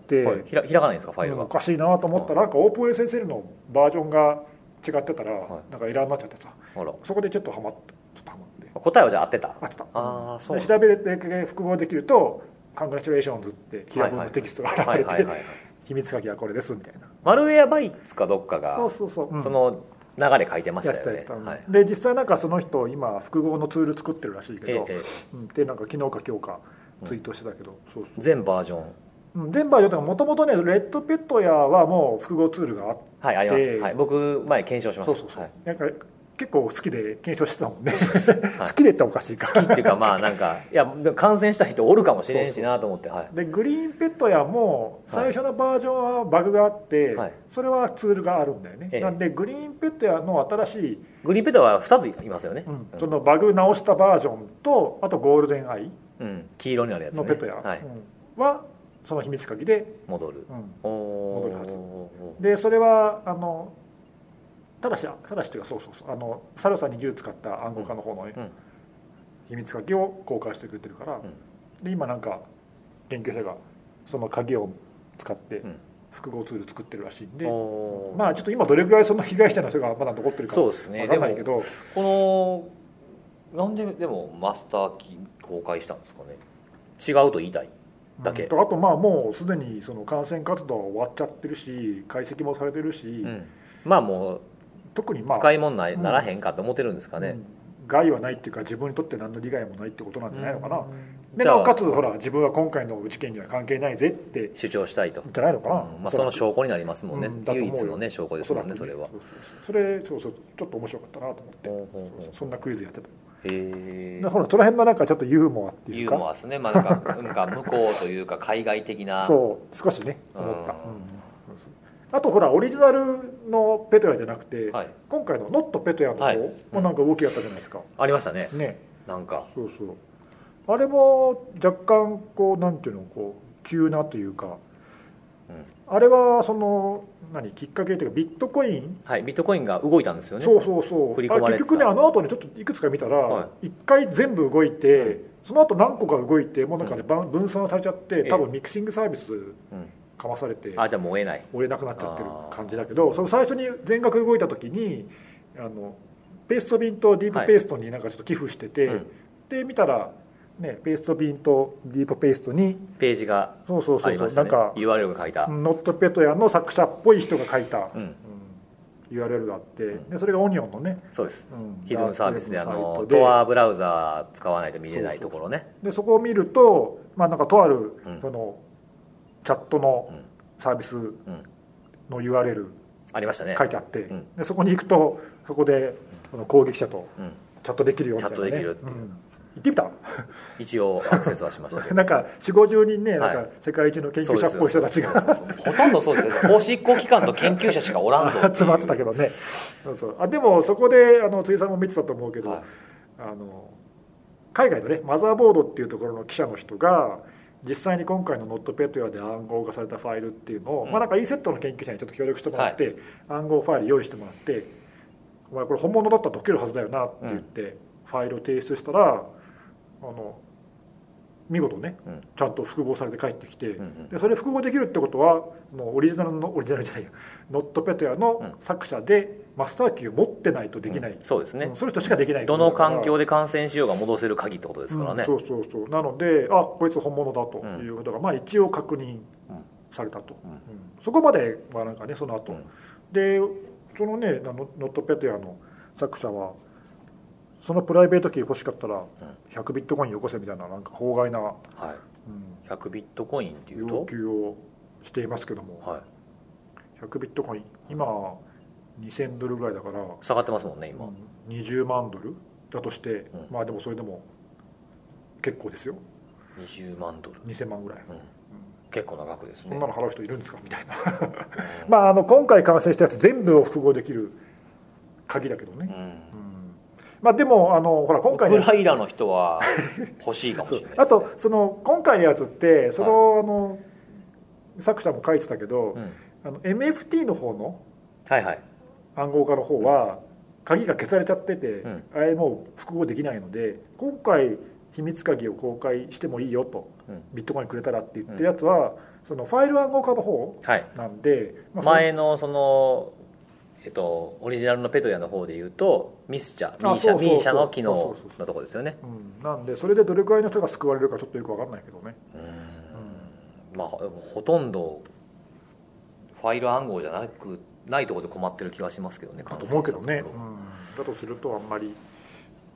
開かないんですか、ファイルが。 おかしいなと思ったら、なんか OpenSSL のバージョンが違ってたら、なんかエラーになっちゃってさ、そこでちょっとハマって。 答えはじゃあ合ってた。 調べて複合できると「カングラチュレーションズ」って平文のテキストが現れて、秘密鍵はこれですみたいな。 マルウェアバイツかどっかがその流れ書いてましたよね。 で実際なんかその人今複合のツール作ってるらしいけど、でなんか昨日か今日かツイートしてたけど、 全バージョン。 全バージョンとかもともとね、レッドペットヤはもう複合ツールがあって、 あります。僕前検証しました。 なんか結構好きで検証してたもんね、はい、好きでっておかしいか好きっていうかまあなんかいや感染した人おるかもしれんしなと思って、はい、 でグリーンペットやも最初のバージョンはバグがあって、はい、それはツールがあるんだよね、なんでグリーンペットやの新しいグリーンペットは2ついますよね、 そのバグ直したバージョンとあとゴールデンアイ、 黄色になるやつ、ね、 のペットや、はい、はその秘密鍵で戻る、 戻るはずで、それはただしっていうかそうサルサ20使った暗号化の方の秘密鍵を公開してくれてるから、で今なんか研究者がその鍵を使って複合ツール作ってるらしいんで、まあちょっと今どれぐらいその被害者の人がまだ残ってるかわからないけど、 このなんででもマスターキー公開したんですかね。違うと言いたいだけ、 あとまあもうすでにその感染活動は終わっちゃってるし解析もされてるし、 まあもう特に使い物ならへんかと思ってるんですかね、 害はないっていうか自分にとって何の利害もないってことなんじゃないのかな、でなおかつほら自分は今回の事件には関係ないぜって主張したいとじゃないのかな、 まあ、その証拠になりますもんね、唯一のね証拠ですもんね、それは。 それちょっと面白かったなと思って、そんなクイズやってた。ほらその辺のなんかちょっとユーモアっていうか、 ユーモアですね、まあ、なんか向こうというか海外的なそう少しね思った、あとほらオリジナルのペトヤじゃなくて、今回のノットペトヤの方もなんか動きあったじゃないですか、 ありましたね、なんかそうあれも若干こうなんていうのこう急なというか、あれはそのきっかけというかビットコイン、 ビットコインが動いたんですよね。 そう振り込まれてた。 結局ねあの後ねちょっといくつか見たら一回全部動いて、その後何個か動いてもうなんかね分散されちゃって多分ミクシングサービスかまされて、 じゃあもう追えなくなっちゃってる感じだけど、その最初に全額動いた時にペースト便とディープペーストになんかちょっと寄付してて、で見たらね、ペースト便とディープペーストにページがありましたね。なんか URL が書いたノットペトヤの作者っぽい人が書いた、URL があって、でそれがオニオンのね、 そうです、ヒドゥンサービスでトアブラウザー使わないと見れないところね。 でそこを見ると、まあ、なんかとあるそのチャットのサービスの URL ありましたね、 書いてあって、でそこに行くとそこで攻撃者とチャットできるよみたいなね、 チャットできるっていう、 行ってみた一応アクセスはしましたけどなんか4 5 0人ね、なんか世界中の研究者っぽい人たちがほとんどそうですね、法執行機関と研究者しかおらんと集まってたけどね。でもそこで辻さんも見てたと思うけど、海外のねマザーボードっていうところの記者の人が実際に今回のノットペトヤで暗号化されたファイルっていうのを、なんか ESET の研究者にちょっと協力してもらって、暗号ファイル用意してもらって、お前これ本物だったら解けるはずだよなって言って、ファイルを提出したら見事ね、ちゃんと複合されて帰ってきて、でそれ複合できるってことはもうオリジナルじゃないノットペトヤの作者でマスターキーを持ってないとできない、 そうですね、 その人しかできない、 どの環境で感染しようが戻せる鍵ってことですからね、 そうなのでこいつ本物だということが、まあ一応確認されたと、そこまではなんかねその後、でそのねノットペトヤの作者はそのプライベートキー欲しかったら100ビットコインよこせみたいな、なんか法外な、 100ビットコインっていうと要求をしていますけども、100ビットコイン今2000ドルぐらいだから下がってますもんね今、 20万ドルだとして、まあでもそれでも結構ですよ、 20万ドル 2000万ぐらい、 結構な額ですね。 そんなの払う人いるんですかみたいなまあ今回完成したやつ全部を複合できる鍵だけどね、まあでもほら今回ウクライナの人は欲しいかもしれない、 あとその今回のやつってその、作者も書いてたけど、MFT の方の暗号化の方は鍵が消されちゃってて、あれもう複合できないので、今回秘密鍵を公開してもいいよと、ビットコインくれたらって言ってるやつは、そのファイル暗号化の方なんで、 前のそのオリジナルのペトヤの方でいうとミーシャの機能のところですよね。 なんでそれでどれくらいの人が救われるかちょっとよく分かんないけどね。 まあほとんどファイル暗号じゃないところで困ってる気がしますけどね。 と思うけどね。だとするとあんまり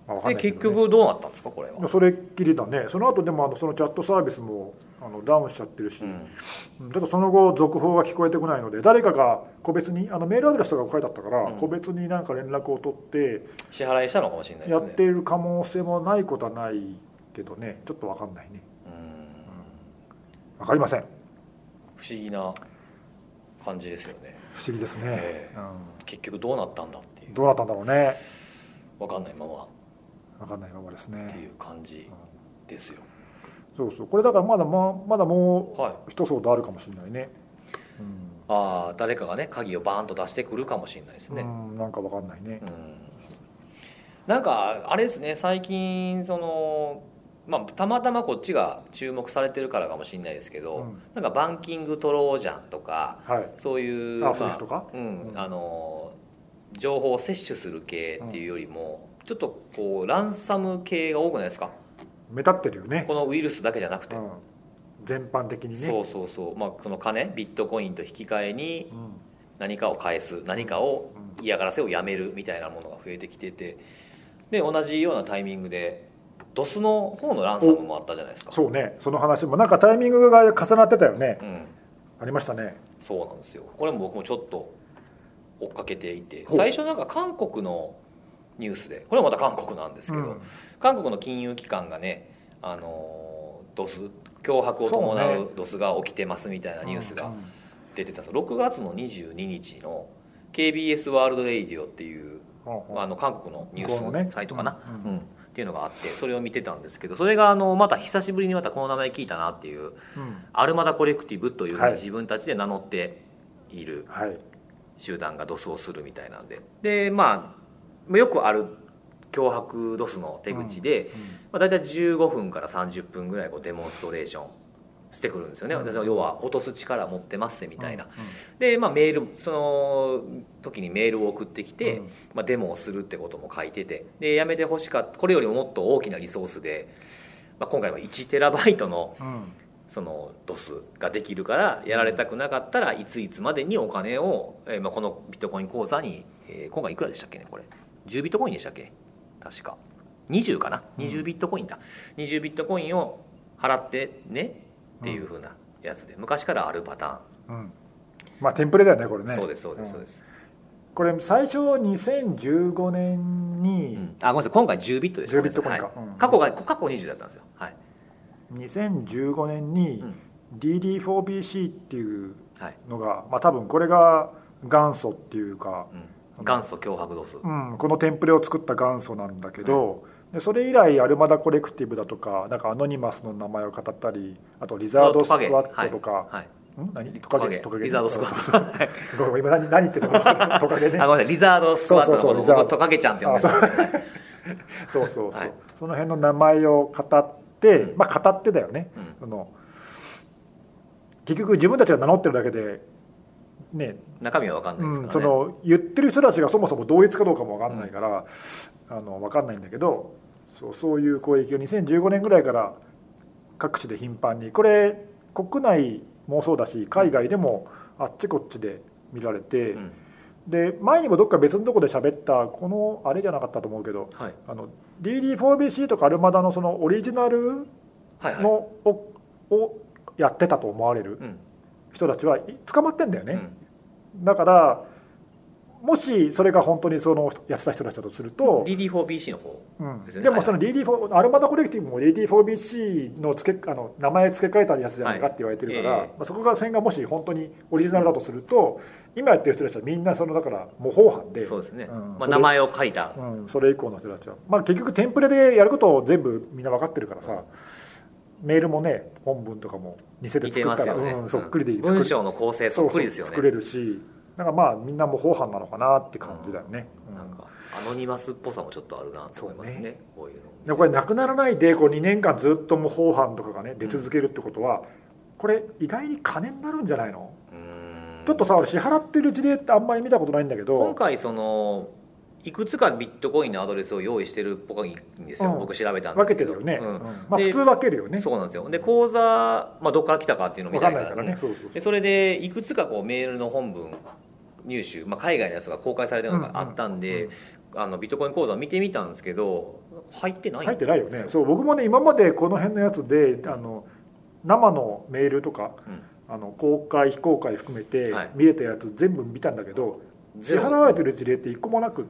で結局どうなったんですかこれは。 それっきりだね。その後でもそのチャットサービスもダウンしちゃってるし、ちょっとその後続報が聞こえてこないので、誰かが個別にメールアドレスとかが書いてあったから、個別になんか連絡を取って支払いしたのかもしれないですね。 やっている可能性もないことはないけどね、ちょっと分かんないね。分かりません。 不思議な感じですよね。 不思議ですね、 結局どうなったんだっていう。 どうなったんだろうね。 分かんないまま分かんないままですねっていう感じですよ。 そうそう、これだからまだもう一騒動あるかもしれないね。 ああ、誰かがね鍵をバーンと出してくるかもしれないですね。 なんか分かんないね。 なんかあれですね、最近たまたまこっちが注目されてるからかもしれないですけど、なんかバンキングトロージャンとか、そういう情報を摂取する系っていうよりも、ちょっとこうランサム系が多くないですか。 目立ってるよね、 このウイルスだけじゃなくて、 全般的にね。 そう、その金ビットコインと引き換えに何かを返す、何かを嫌がらせをやめるみたいなものが増えてきてて、で同じようなタイミングでドスの方のランサムもあったじゃないですか。 そうね、その話もなんかタイミングが重なってたよね。ありましたね。 そうなんですよ。これも僕もちょっと追っかけていて、最初なんか韓国のニュースで、これもまた韓国なんですけど、韓国の金融機関がね、ドス脅迫を伴うドスが起きてますみたいなニュースが出てたんです。6月の22日の KBS ワールドレイディオっていう韓国のニュースサイトかな、っていうのがあって、それを見てたんですけど、それがまた久しぶりにまたこの名前聞いたなっていう、アルマダコレクティブというふうに自分たちで名乗っている集団がドスをするみたいなんで、でよくある脅迫ドスの手口で、だいたい15分から30分ぐらいデモンストレーションしてくるんですよね。要は落とす力持ってますみたいな、で、メール、その時にメールを送ってきて、デモをするってことも書いてて、でやめてほしかった、これよりももっと大きなリソースで、今回は1テラバイトのそのドスができるから、やられたくなかったらいついつまでにお金を、このビットコイン口座に、今回いくらでしたっけね、これ10ビットコインでしたっけ、確か20かな、20ビットコインだ、20ビットコインを払ってねっていう風なやつで、昔からあるパターン、 テンプレだよねこれね。 そうです。 これ最初2015年に、 ごめんなさい、今回10ビットでした。 10ビットコインか、 過去20だったんですよ。 2015年に DD4BC っていうのが、多分これが元祖っていうか、 元祖脅迫ドス、 このテンプレを作った元祖なんだけど、でそれ以来アルマダコレクティブだとか、なんかアノニマスの名前を語ったり、あとリザードスクワットとか、トカゲリザードスクワット今何言ってたのトカゲね、 ごめんなさい、リザードスクワットのことトカゲちゃんって呼んでますね。 そう、その辺の名前を語って、語ってだよね、結局自分たちが名乗ってるだけでね、 中身は分かんないですからね。 言ってる人たちがそもそも同一かどうかも分かんないから、分かんないんだけど、そういう攻撃を2015年ぐらいから各地で頻繁に、これ国内もそうだし海外でもあっちこっちで見られて、で前にもどっか別のところで喋ったこのあれじゃなかったと思うけど、DD4BC とかアルマダのそのオリジナルのをやってたと思われる人たちは捕まってんだよね。だからもしそれが本当にそのやってた人たちだとすると DD4BC の方ですよね。 でもその DD4、アルマダコレクティブも DD4BC の名前付け替えたやつじゃないかって言われてるから、そこが線がもし本当にオリジナルだとすると、今やってる人たちはみんなだから模倣犯で、 そうですね、名前を書いた、 それ以降の人たちは、結局テンプレでやることを全部みんな分かってるからさ、メールもね、本文とかも似せて作ったら、そっくりでいい、 文章の構成そっくりですよね。 作れるし、なんかみんな模倣犯なのかなって感じだよね。 なんかアノニマスっぽさもちょっとあるなと思いますね。こういうのこれなくならないで2年間ずっと模倣犯とかがね出続けるってことは、これ意外に金になるんじゃないの？ちょっとさ、支払ってる事例ってあんまり見たことないんだけど、 今回いくつかビットコインのアドレスを用意してるっぽいんですよ、僕調べたんですけど。 分けてるよね、普通分けるよね。 そうなんですよ。で口座、どこから来たかっていうのを見たいからね。でそれでいくつかメールの本文入手、海外のやつが公開されてるのがあったんで、 ビットコイン口座を見てみたんですけど入ってないよね。そう僕もね今までこの辺のやつで生のメールとか、公開非公開含めて見れたやつ全部見たんだけど、支払われてる事例って一個もなくって。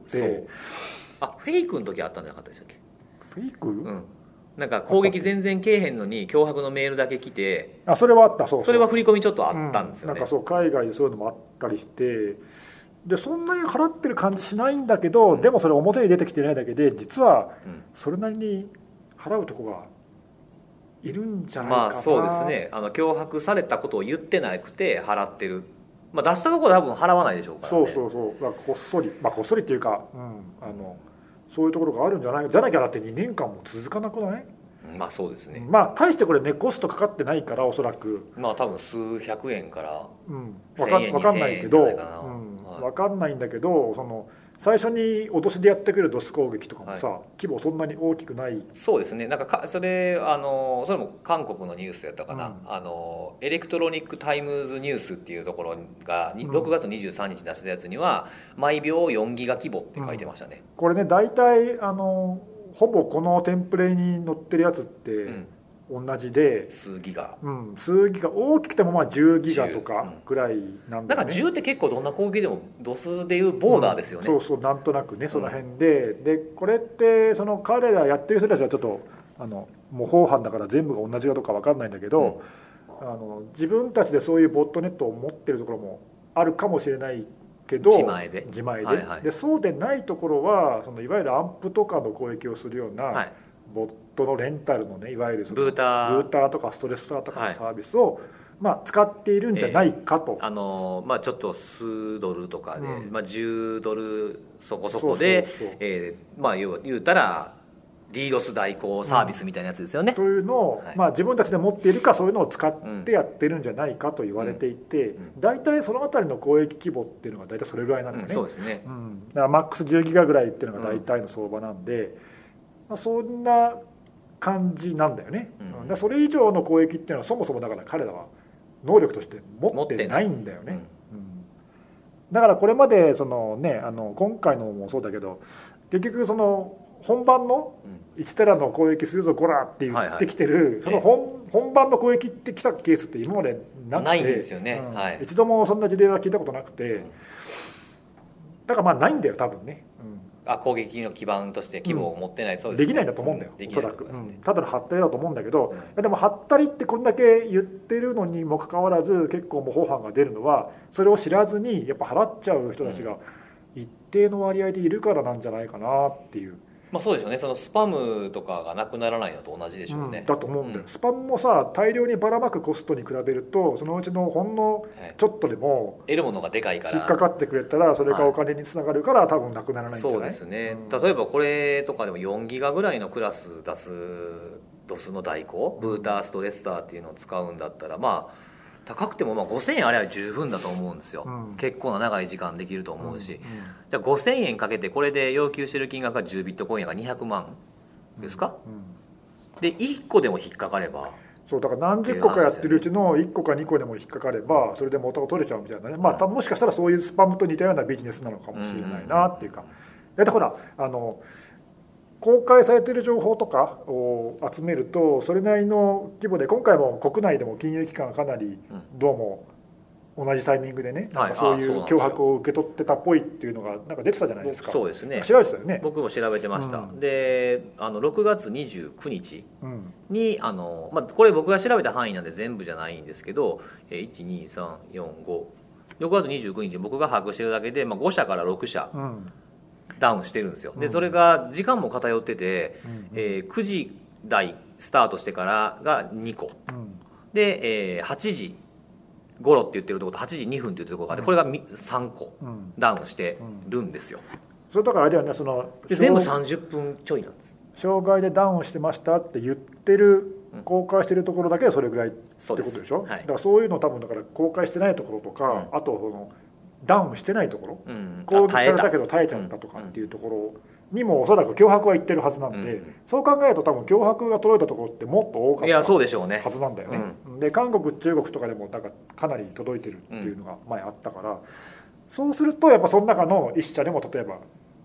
フェイクの時あったんじゃなかったでしたっけ？ フェイク？ なんか攻撃全然けえへんのに脅迫のメールだけ来て、 それはあった。それは振り込みちょっとあったんですよね。 なんかそう海外でそういうのもあったりして、でそんなに払ってる感じしないんだけど、でもそれ表に出てきてないだけで実はそれなりに払うとこがいるんじゃないかな。 そうですね。脅迫されたことを言ってなくて払ってる。出したところは多分払わないでしょうからね。 そうこっそりこっそりっていうか、そういうところがあるんじゃないか。じゃなきゃだって2年間も続かなくない？ そうですね。 大してこれねコストかかってないからおそらく多分数百円から分かんないけど分かんないんだけど、最初に脅しでやってくるドス攻撃とかもさ、規模そんなに大きくない。 そうですね。それも韓国のニュースやったかな、エレクトロニック・タイムズ・ニュースっていうところが6月23日出したやつには毎秒4ギガ規模って書いてましたね。 これね大体ほぼこのテンプレに載ってるやつって同じで、 数ギガ、 数ギガ、大きくても10ギガとかぐらいなんだよね。 10って結構どんな攻撃でもドスでいうボーダーですよね。 なんとなくねその辺で、これって彼らやってる人たちはちょっと模倣犯だから全部が同じかどうか分かんないんだけど、自分たちでそういうボットネットを持ってるところもあるかもしれないけど、自前で、でそうでないところはいわゆるアンプとかの攻撃をするような、ボットのレンタルのねいわゆるブーターとかストレッサーとかのサービスを、使っているんじゃないかと、 ちょっと数ドルとかで、10ドルそこそこで言うたらDDoS 代行サービスみたいなやつですよね、 というのを、自分たちで持っているかそういうのを使ってやってるんじゃないかと言われていて、大体そのあたりの攻撃規模っていうのが大体それぐらいなんだよね。 そうですね。 だからマックス10ギガぐらいっていうのが大体の相場なんで、そんな感じなんだよね。それ以上の攻撃っていうのはそもそもだから彼らは能力として持ってないんだよね。だからこれまで今回のもそうだけど、結局本番の1テラの攻撃するぞゴラって言ってきてる、本番の攻撃ってきたケースって今までなくて、 ないんですよね。 一度もそんな事例は聞いたことなくて、だからないんだよ多分ね。 攻撃の基盤として規模を持ってない、そうですね。 できないんだと思うんだよ、おそらく。ただのハったりだと思うんだけど、でもハったりってこんだけ言ってるのにもかかわらず結構模倣犯が出るのは、それを知らずにやっぱ払っちゃう人たちが一定の割合でいるからなんじゃないかなっていう。 そうですよね。スパムとかがなくならないのと同じでしょうね。 だと思うんだよ。スパムもさ大量にばらまくコストに比べると、そのうちのほんのちょっとでも得るものがでかいから引っかかってくれたらそれがお金につながるから多分なくならないんじゃない？ そうですね。例えばこれとかでも4ギガぐらいのクラス出すドスの代行、ブーターストレッサーっていうのを使うんだったら高くても5000円あれば十分だと思うんですよ、結構な長い時間できると思うし、じゃあ5000円かけてこれで要求してる金額が10ビットコインが200万ですか、で1個でも引っかかれば、 そうだから何十個かやってるうちの1個か2個でも引っかかればそれで元が取れちゃうみたいなね、もしかしたらそういうスパムと似たようなビジネスなのかもしれないなっていうか、だってほら公開されている情報とかを集めるとそれなりの規模で、今回も国内でも金融機関がかなりどうも同じタイミングでね、そういう脅迫を受け取ってたっぽいっていうのがなんか出てたじゃないですか。 そうですね、 調べてたよね。 僕も調べてました、で6月29日にこれ僕が調べた範囲なんで全部じゃないんですけど、12345 6月29日僕が把握してるだけで、5社から6社、ダウンしてるんですよ。でそれが時間も偏ってて、9時台スタートしてからが2個、で、8時頃って言ってるところと8時2分って言ってるところがあって、これが3個ダウンしてるんですよ。 それだからあれだよね、 全部30分ちょいなんです。 障害でダウンしてましたって言ってる公開してるところだけはそれぐらいってことでしょ。だからそういうの多分だから公開してないところとか、あとダウンしてないところ、攻撃されたけど耐えちゃったとかっていうところにもおそらく脅迫は言ってるはずなんで、そう考えると多分脅迫が届いたところってもっと多かったはずなんだよね。で韓国中国とかでもなんかかなり届いてるっていうのが前あったから、そうするとやっぱその中の一社でも例えば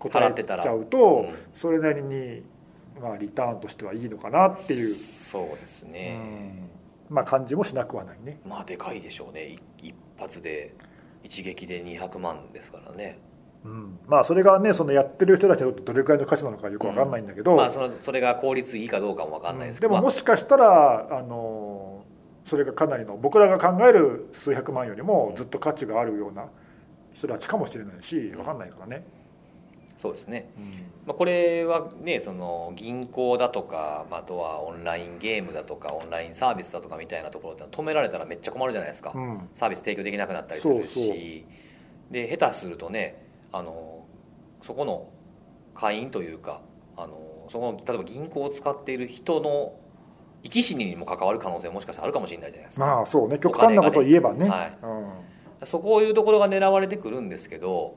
答えちゃうと、それなりに、まあ、リターンとしてはいいのかなっていう、 そうですね、 まあ、感じもしなくはないね。 まあでかいでしょうね、一発で一撃で200万ですからね。 まあそれがね、そのやってる人たちにとってどれくらいの価値なのかよく分かんないんだけど、 まあそれが効率いいかどうかも分かんないですけど、 でももしかしたらそれがかなりの僕らが考える数百万よりもずっと価値があるような人たちかもしれないし、分かんないからね。 そうですね、まあ、これはね、その銀行だとか、あとはオンラインゲームだとかオンラインサービスだとかみたいなところって止められたらめっちゃ困るじゃないですか、サービス提供できなくなったりするし、で下手するとね、そこの会員というか、そこの例えば銀行を使っている人の生き死ににも関わる可能性もしかしたらあるかもしれないじゃないですか。 まあそうね、極端なことを言えばね、はい、 そこいうところが狙われてくるんですけど、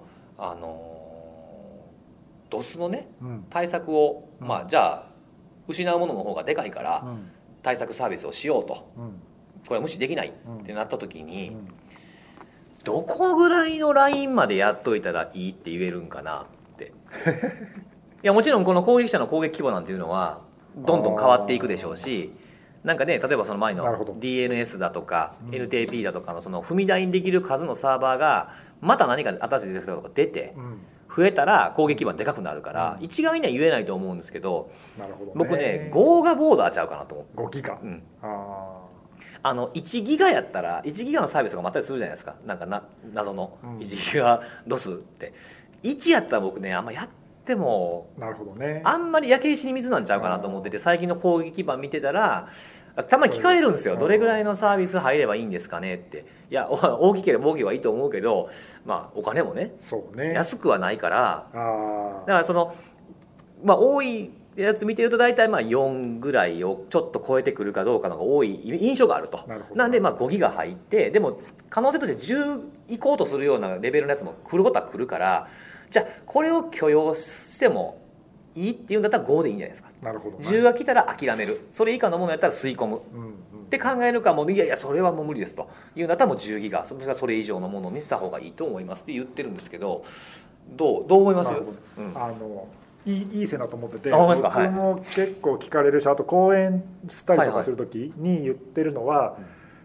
ドスのね、対策を、まあ、じゃあ失うものの方がでかいから対策サービスをしようと、これは無視できないってなった時に、どこぐらいのラインまでやっといたらいいって言えるんかなっていやもちろんこの攻撃者の攻撃規模なんていうのはどんどん変わっていくでしょうし、なんかね、例えばその前の DNS だとか NTP だとかのその踏み台にできる数のサーバーがまた何か新しいデータとか出て増えたら攻撃基盤でかくなるから、一概には言えないと思うんですけど、僕ね5がボーダーちゃうかなと思って。 5ギガ、 1ギガやったら1ギガのサービスがまったりするじゃないですか、なんか謎の1ギガドスって1やったら僕ねあんまやってもあんまり焼け石に水なんちゃうかなと思ってて、最近の攻撃基盤見てたらたまに聞かれるんですよ、どれぐらいのサービス入ればいいんですかねって。いや大きければ大きいはいいと思うけど、まあお金もね安くはないから、だからそのまあ多いやつ見てると大体まあ4ぐらいをちょっと超えてくるかどうかのが多い印象があると。なんでまあ5ギガ入って、でも可能性として10いこうとするようなレベルのやつも来ることは来るから、じゃあこれを許容してもいいっていうんだったら5でいいんじゃないですか。 なるほど、 10が来たら諦める、それ以下のものやったら吸い込む、って考えるか、もういやいやそれはもう無理ですというんだったらもう10ギガ、それ以上のものにした方がいいと思いますって言ってるんですけど、どう思います？ いい線だと思ってて、僕も結構聞かれるし、あと講演したりとかするときに言ってるのは、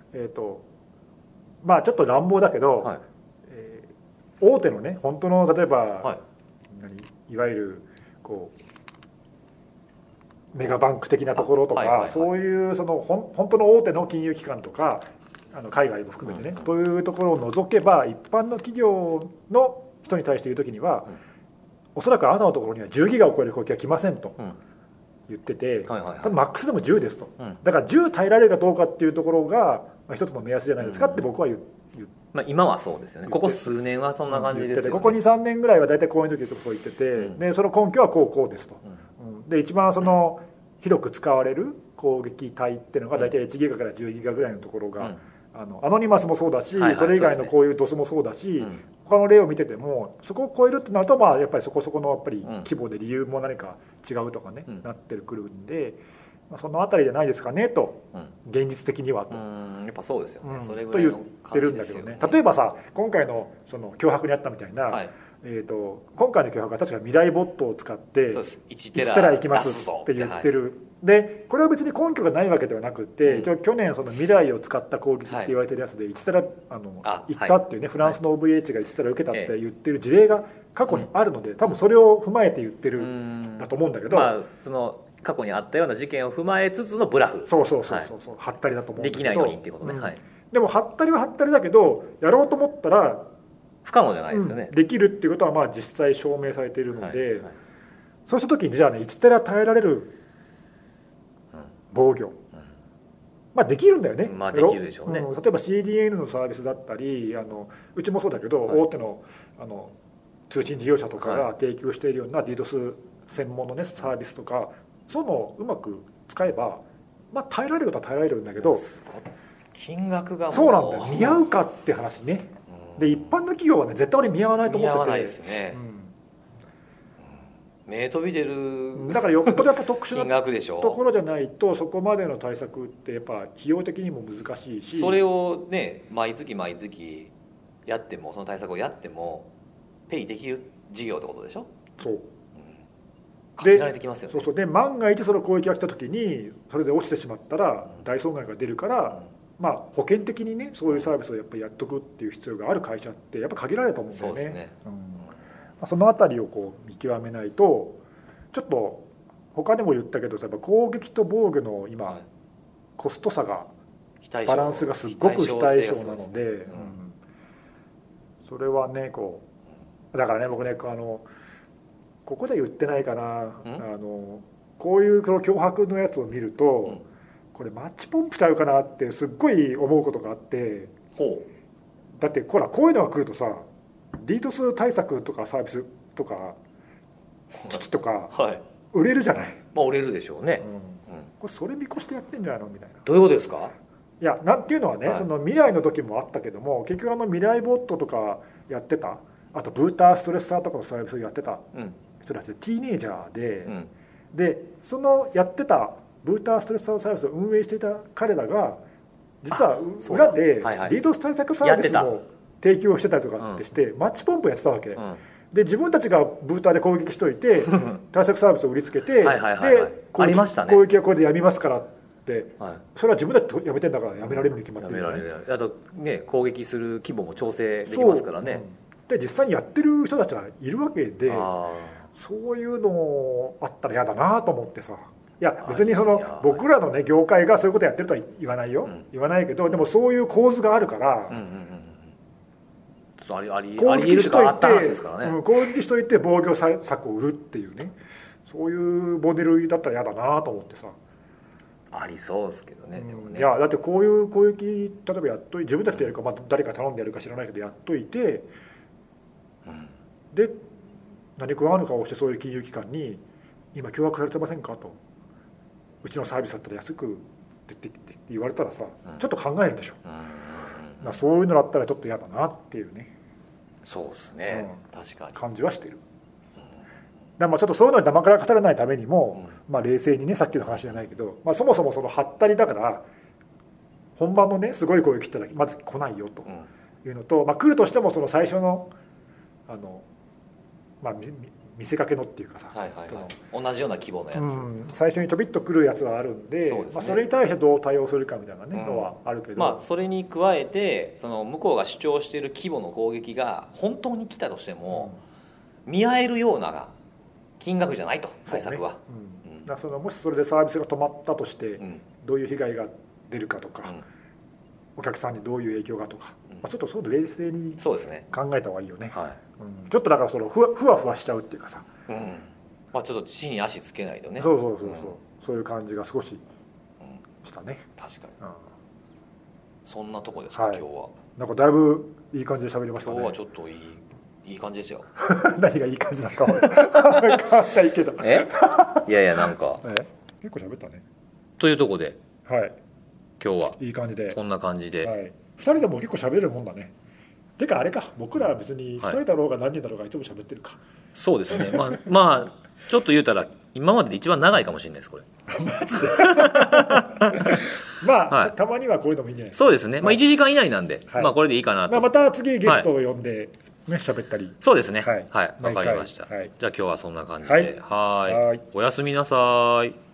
まあちょっと乱暴だけど、大手のね本当の例えば、いわゆるこうメガバンク的なところとか、そういうその本当の大手の金融機関とか海外も含めてね、というところを除けば一般の企業の人に対して言うときには、おそらくあなたのところには10ギガを超える攻撃は来ませんと言ってて、多分マックスでも10ですと、だから10耐えられるかどうかっていうところが一つの目安じゃないですかって僕は言って、 まあ、今はそうですよね、ここ数年はそんな感じですよね。 ここ 2,3 年ぐらいは大体こういう時そう言ってて、でその根拠はこうですと、で一番その広く使われる攻撃帯っていうのが大体1ギガから10ギガぐらいのところが、アノニマスもそうだし、それ以外のこういう DOS もそうだし、他の例を見ててもそこを超えるってなると、まあやっぱりそこそこのやっぱり規模で理由も何か違うとかね、なってくるんで、そのあたりじゃないですかねと、現実的にはと、 やっぱそうですよね、それぐと言ってるんだけどね。例えばさ、今回のその脅迫にあったみたいな、今回の脅迫は確か未来ボットを使って1テラいきますって言ってる。でこれは別に根拠がないわけではなくて、一応去年その未来を使った攻撃って言われてるやつで1テラいったっていうね、フランスの OVH が1テラ受けたって言ってる事例が過去にあるので、多分それを踏まえて言ってるんだと思うんだけど、 その過去にあったような事件を踏まえつつのブラフ、 そうはったりだと思うんだけど、 できないのにっていうことね、 でもはったりははったりだけど、やろうと思ったら不可能じゃないですよね、 できるっていうことはまあ実際証明されているので、そうした時にじゃあね、1テラ耐えられる防御、まあできるんだよね、 まあできるでしょうね、 例えば CDN のサービスだったり、うちもそうだけど、大手の通信事業者とかが提供しているような DDoS 専門のねサービスとか、そういうのをうまく使えば、まあ耐えられることは耐えられるんだけど、 金額がもうそうなんだよ、見合うかって話ね。で一般の企業はね絶対俺見合わないと思ってて、 見合わないですね、目飛び出るだからよっぽどやっぱ特殊な金額でしょところじゃないと、そこまでの対策ってやっぱ費用的にも難しいし、 それをね毎月やっても、その対策をやってもペイできる事業ってことでしょ。 そう限られてきますよね。 そうそうで万が一その攻撃が来た時にそれで落ちてしまったら大損害が出るから、まあ、保険的にねそういうサービスをやっぱりやっとくっていう必要がある会社ってやっぱ限られると思うんだよね。 そうですね、 そのあたりをこう見極めないとちょっと他でも言ったけどやっぱ攻撃と防御の今、コスト差がバランスがすごく非対称なので、それはねこうだからね僕ねここで言ってないかな、こういう脅迫のやつを見ると、これマッチポンプちゃうかなってすっごい思うことがあって、だってほらこういうのが来るとさ DDoS 対策とかサービスとか機器とか売れるじゃない、 まあ売れるでしょうね、 これそれ見越してやってんじゃないのみたいな。 どういうことですか？ いやなんていうのはね、その未来の時もあったけども結局未来ボットとかやってた、あとブーターストレッサーとかのサービスをやってた人たちでティーネイジャーで、でそのやってたブーターストレッサーサービスを運営していた彼らが実は裏で DDoS 対策サービスも提供してたりとかってして、マッチポンプやってたわけ、で自分たちがブーターで攻撃しといて対策サービスを売りつけて、で攻撃はこれでやみますからって、それは自分たちやめてんだからやめられるに決まってる、 あとね攻撃する規模も調整できますからね。 で実際にやってる人たちがいるわけで、そういうのあったら嫌だなと思ってさ。いや別に僕らのね業界がそういうことやってるとは言わないよ、言わないけど、でもそういう構図があるから、 攻撃しといて攻撃しといて防御策を売るっていうね、そういうモデルだったら嫌だなと思ってさ。 ありそうですけどね、でもね。 いやだってこういう攻撃例えばやっといて自分たちでやるか、誰か頼んでやるか知らないけどやっといて、で何食わぬ顔をしてそういう金融機関に今脅迫されてませんかと、うちのサービスだったら安くって言われたらさ、ちょっと考えるでしょ、そういうのだったらちょっと嫌だなっていうね。 そうですね、確かに感じはしてる。だからちょっとそういうのにだまからかされないためにも、冷静にねさっきの話じゃないけど、そもそもそのハったりだから本番のねすごい攻撃来たらまず来ないよというのと、来るとしてもその最初の見せかけのっていうかさ、 同じような規模のやつ、 最初にちょびっと来るやつはあるんで、それに対してどう対応するかみたいなのはあるけど、 それに加えてその向こうが主張している規模の攻撃が本当に来たとしても、見合えるような金額じゃないと、対策は。 もしそれでサービスが止まったとして、どういう被害が出るかとか、お客さんにどういう影響がとか、ちょっとそういうの冷静に考えた方がいいよね。ちょっとだからふわふわしちゃうっていうかさ、 ちょっと地に足つけないとね。 そういう感じが少ししたね。 確かに。そんなとこですか、今日は。 なんかだいぶいい感じで喋りましたね。 今日はちょっといい感じですよ。 何がいい感じなのか分かんないけど。 いやいやなんか結構喋ったね。 というとこで、今日はいい感じでこんな感じで、 2人でも結構喋れるもんだね。てかあれか、僕らは別に2人だろうが何人だろうがいつも喋ってるか。 そうですね。ちょっと言うたら今までで一番長いかもしれないですこれ。 マジで。たまにはこういうのもいいんじゃないですか。 そうですね。1時間以内なんで、これでいいかなと。 また次ゲストを呼んでね喋ったり。 そうですね。はい、わかりました。じゃあ今日はそんな感じで、おやすみなさい。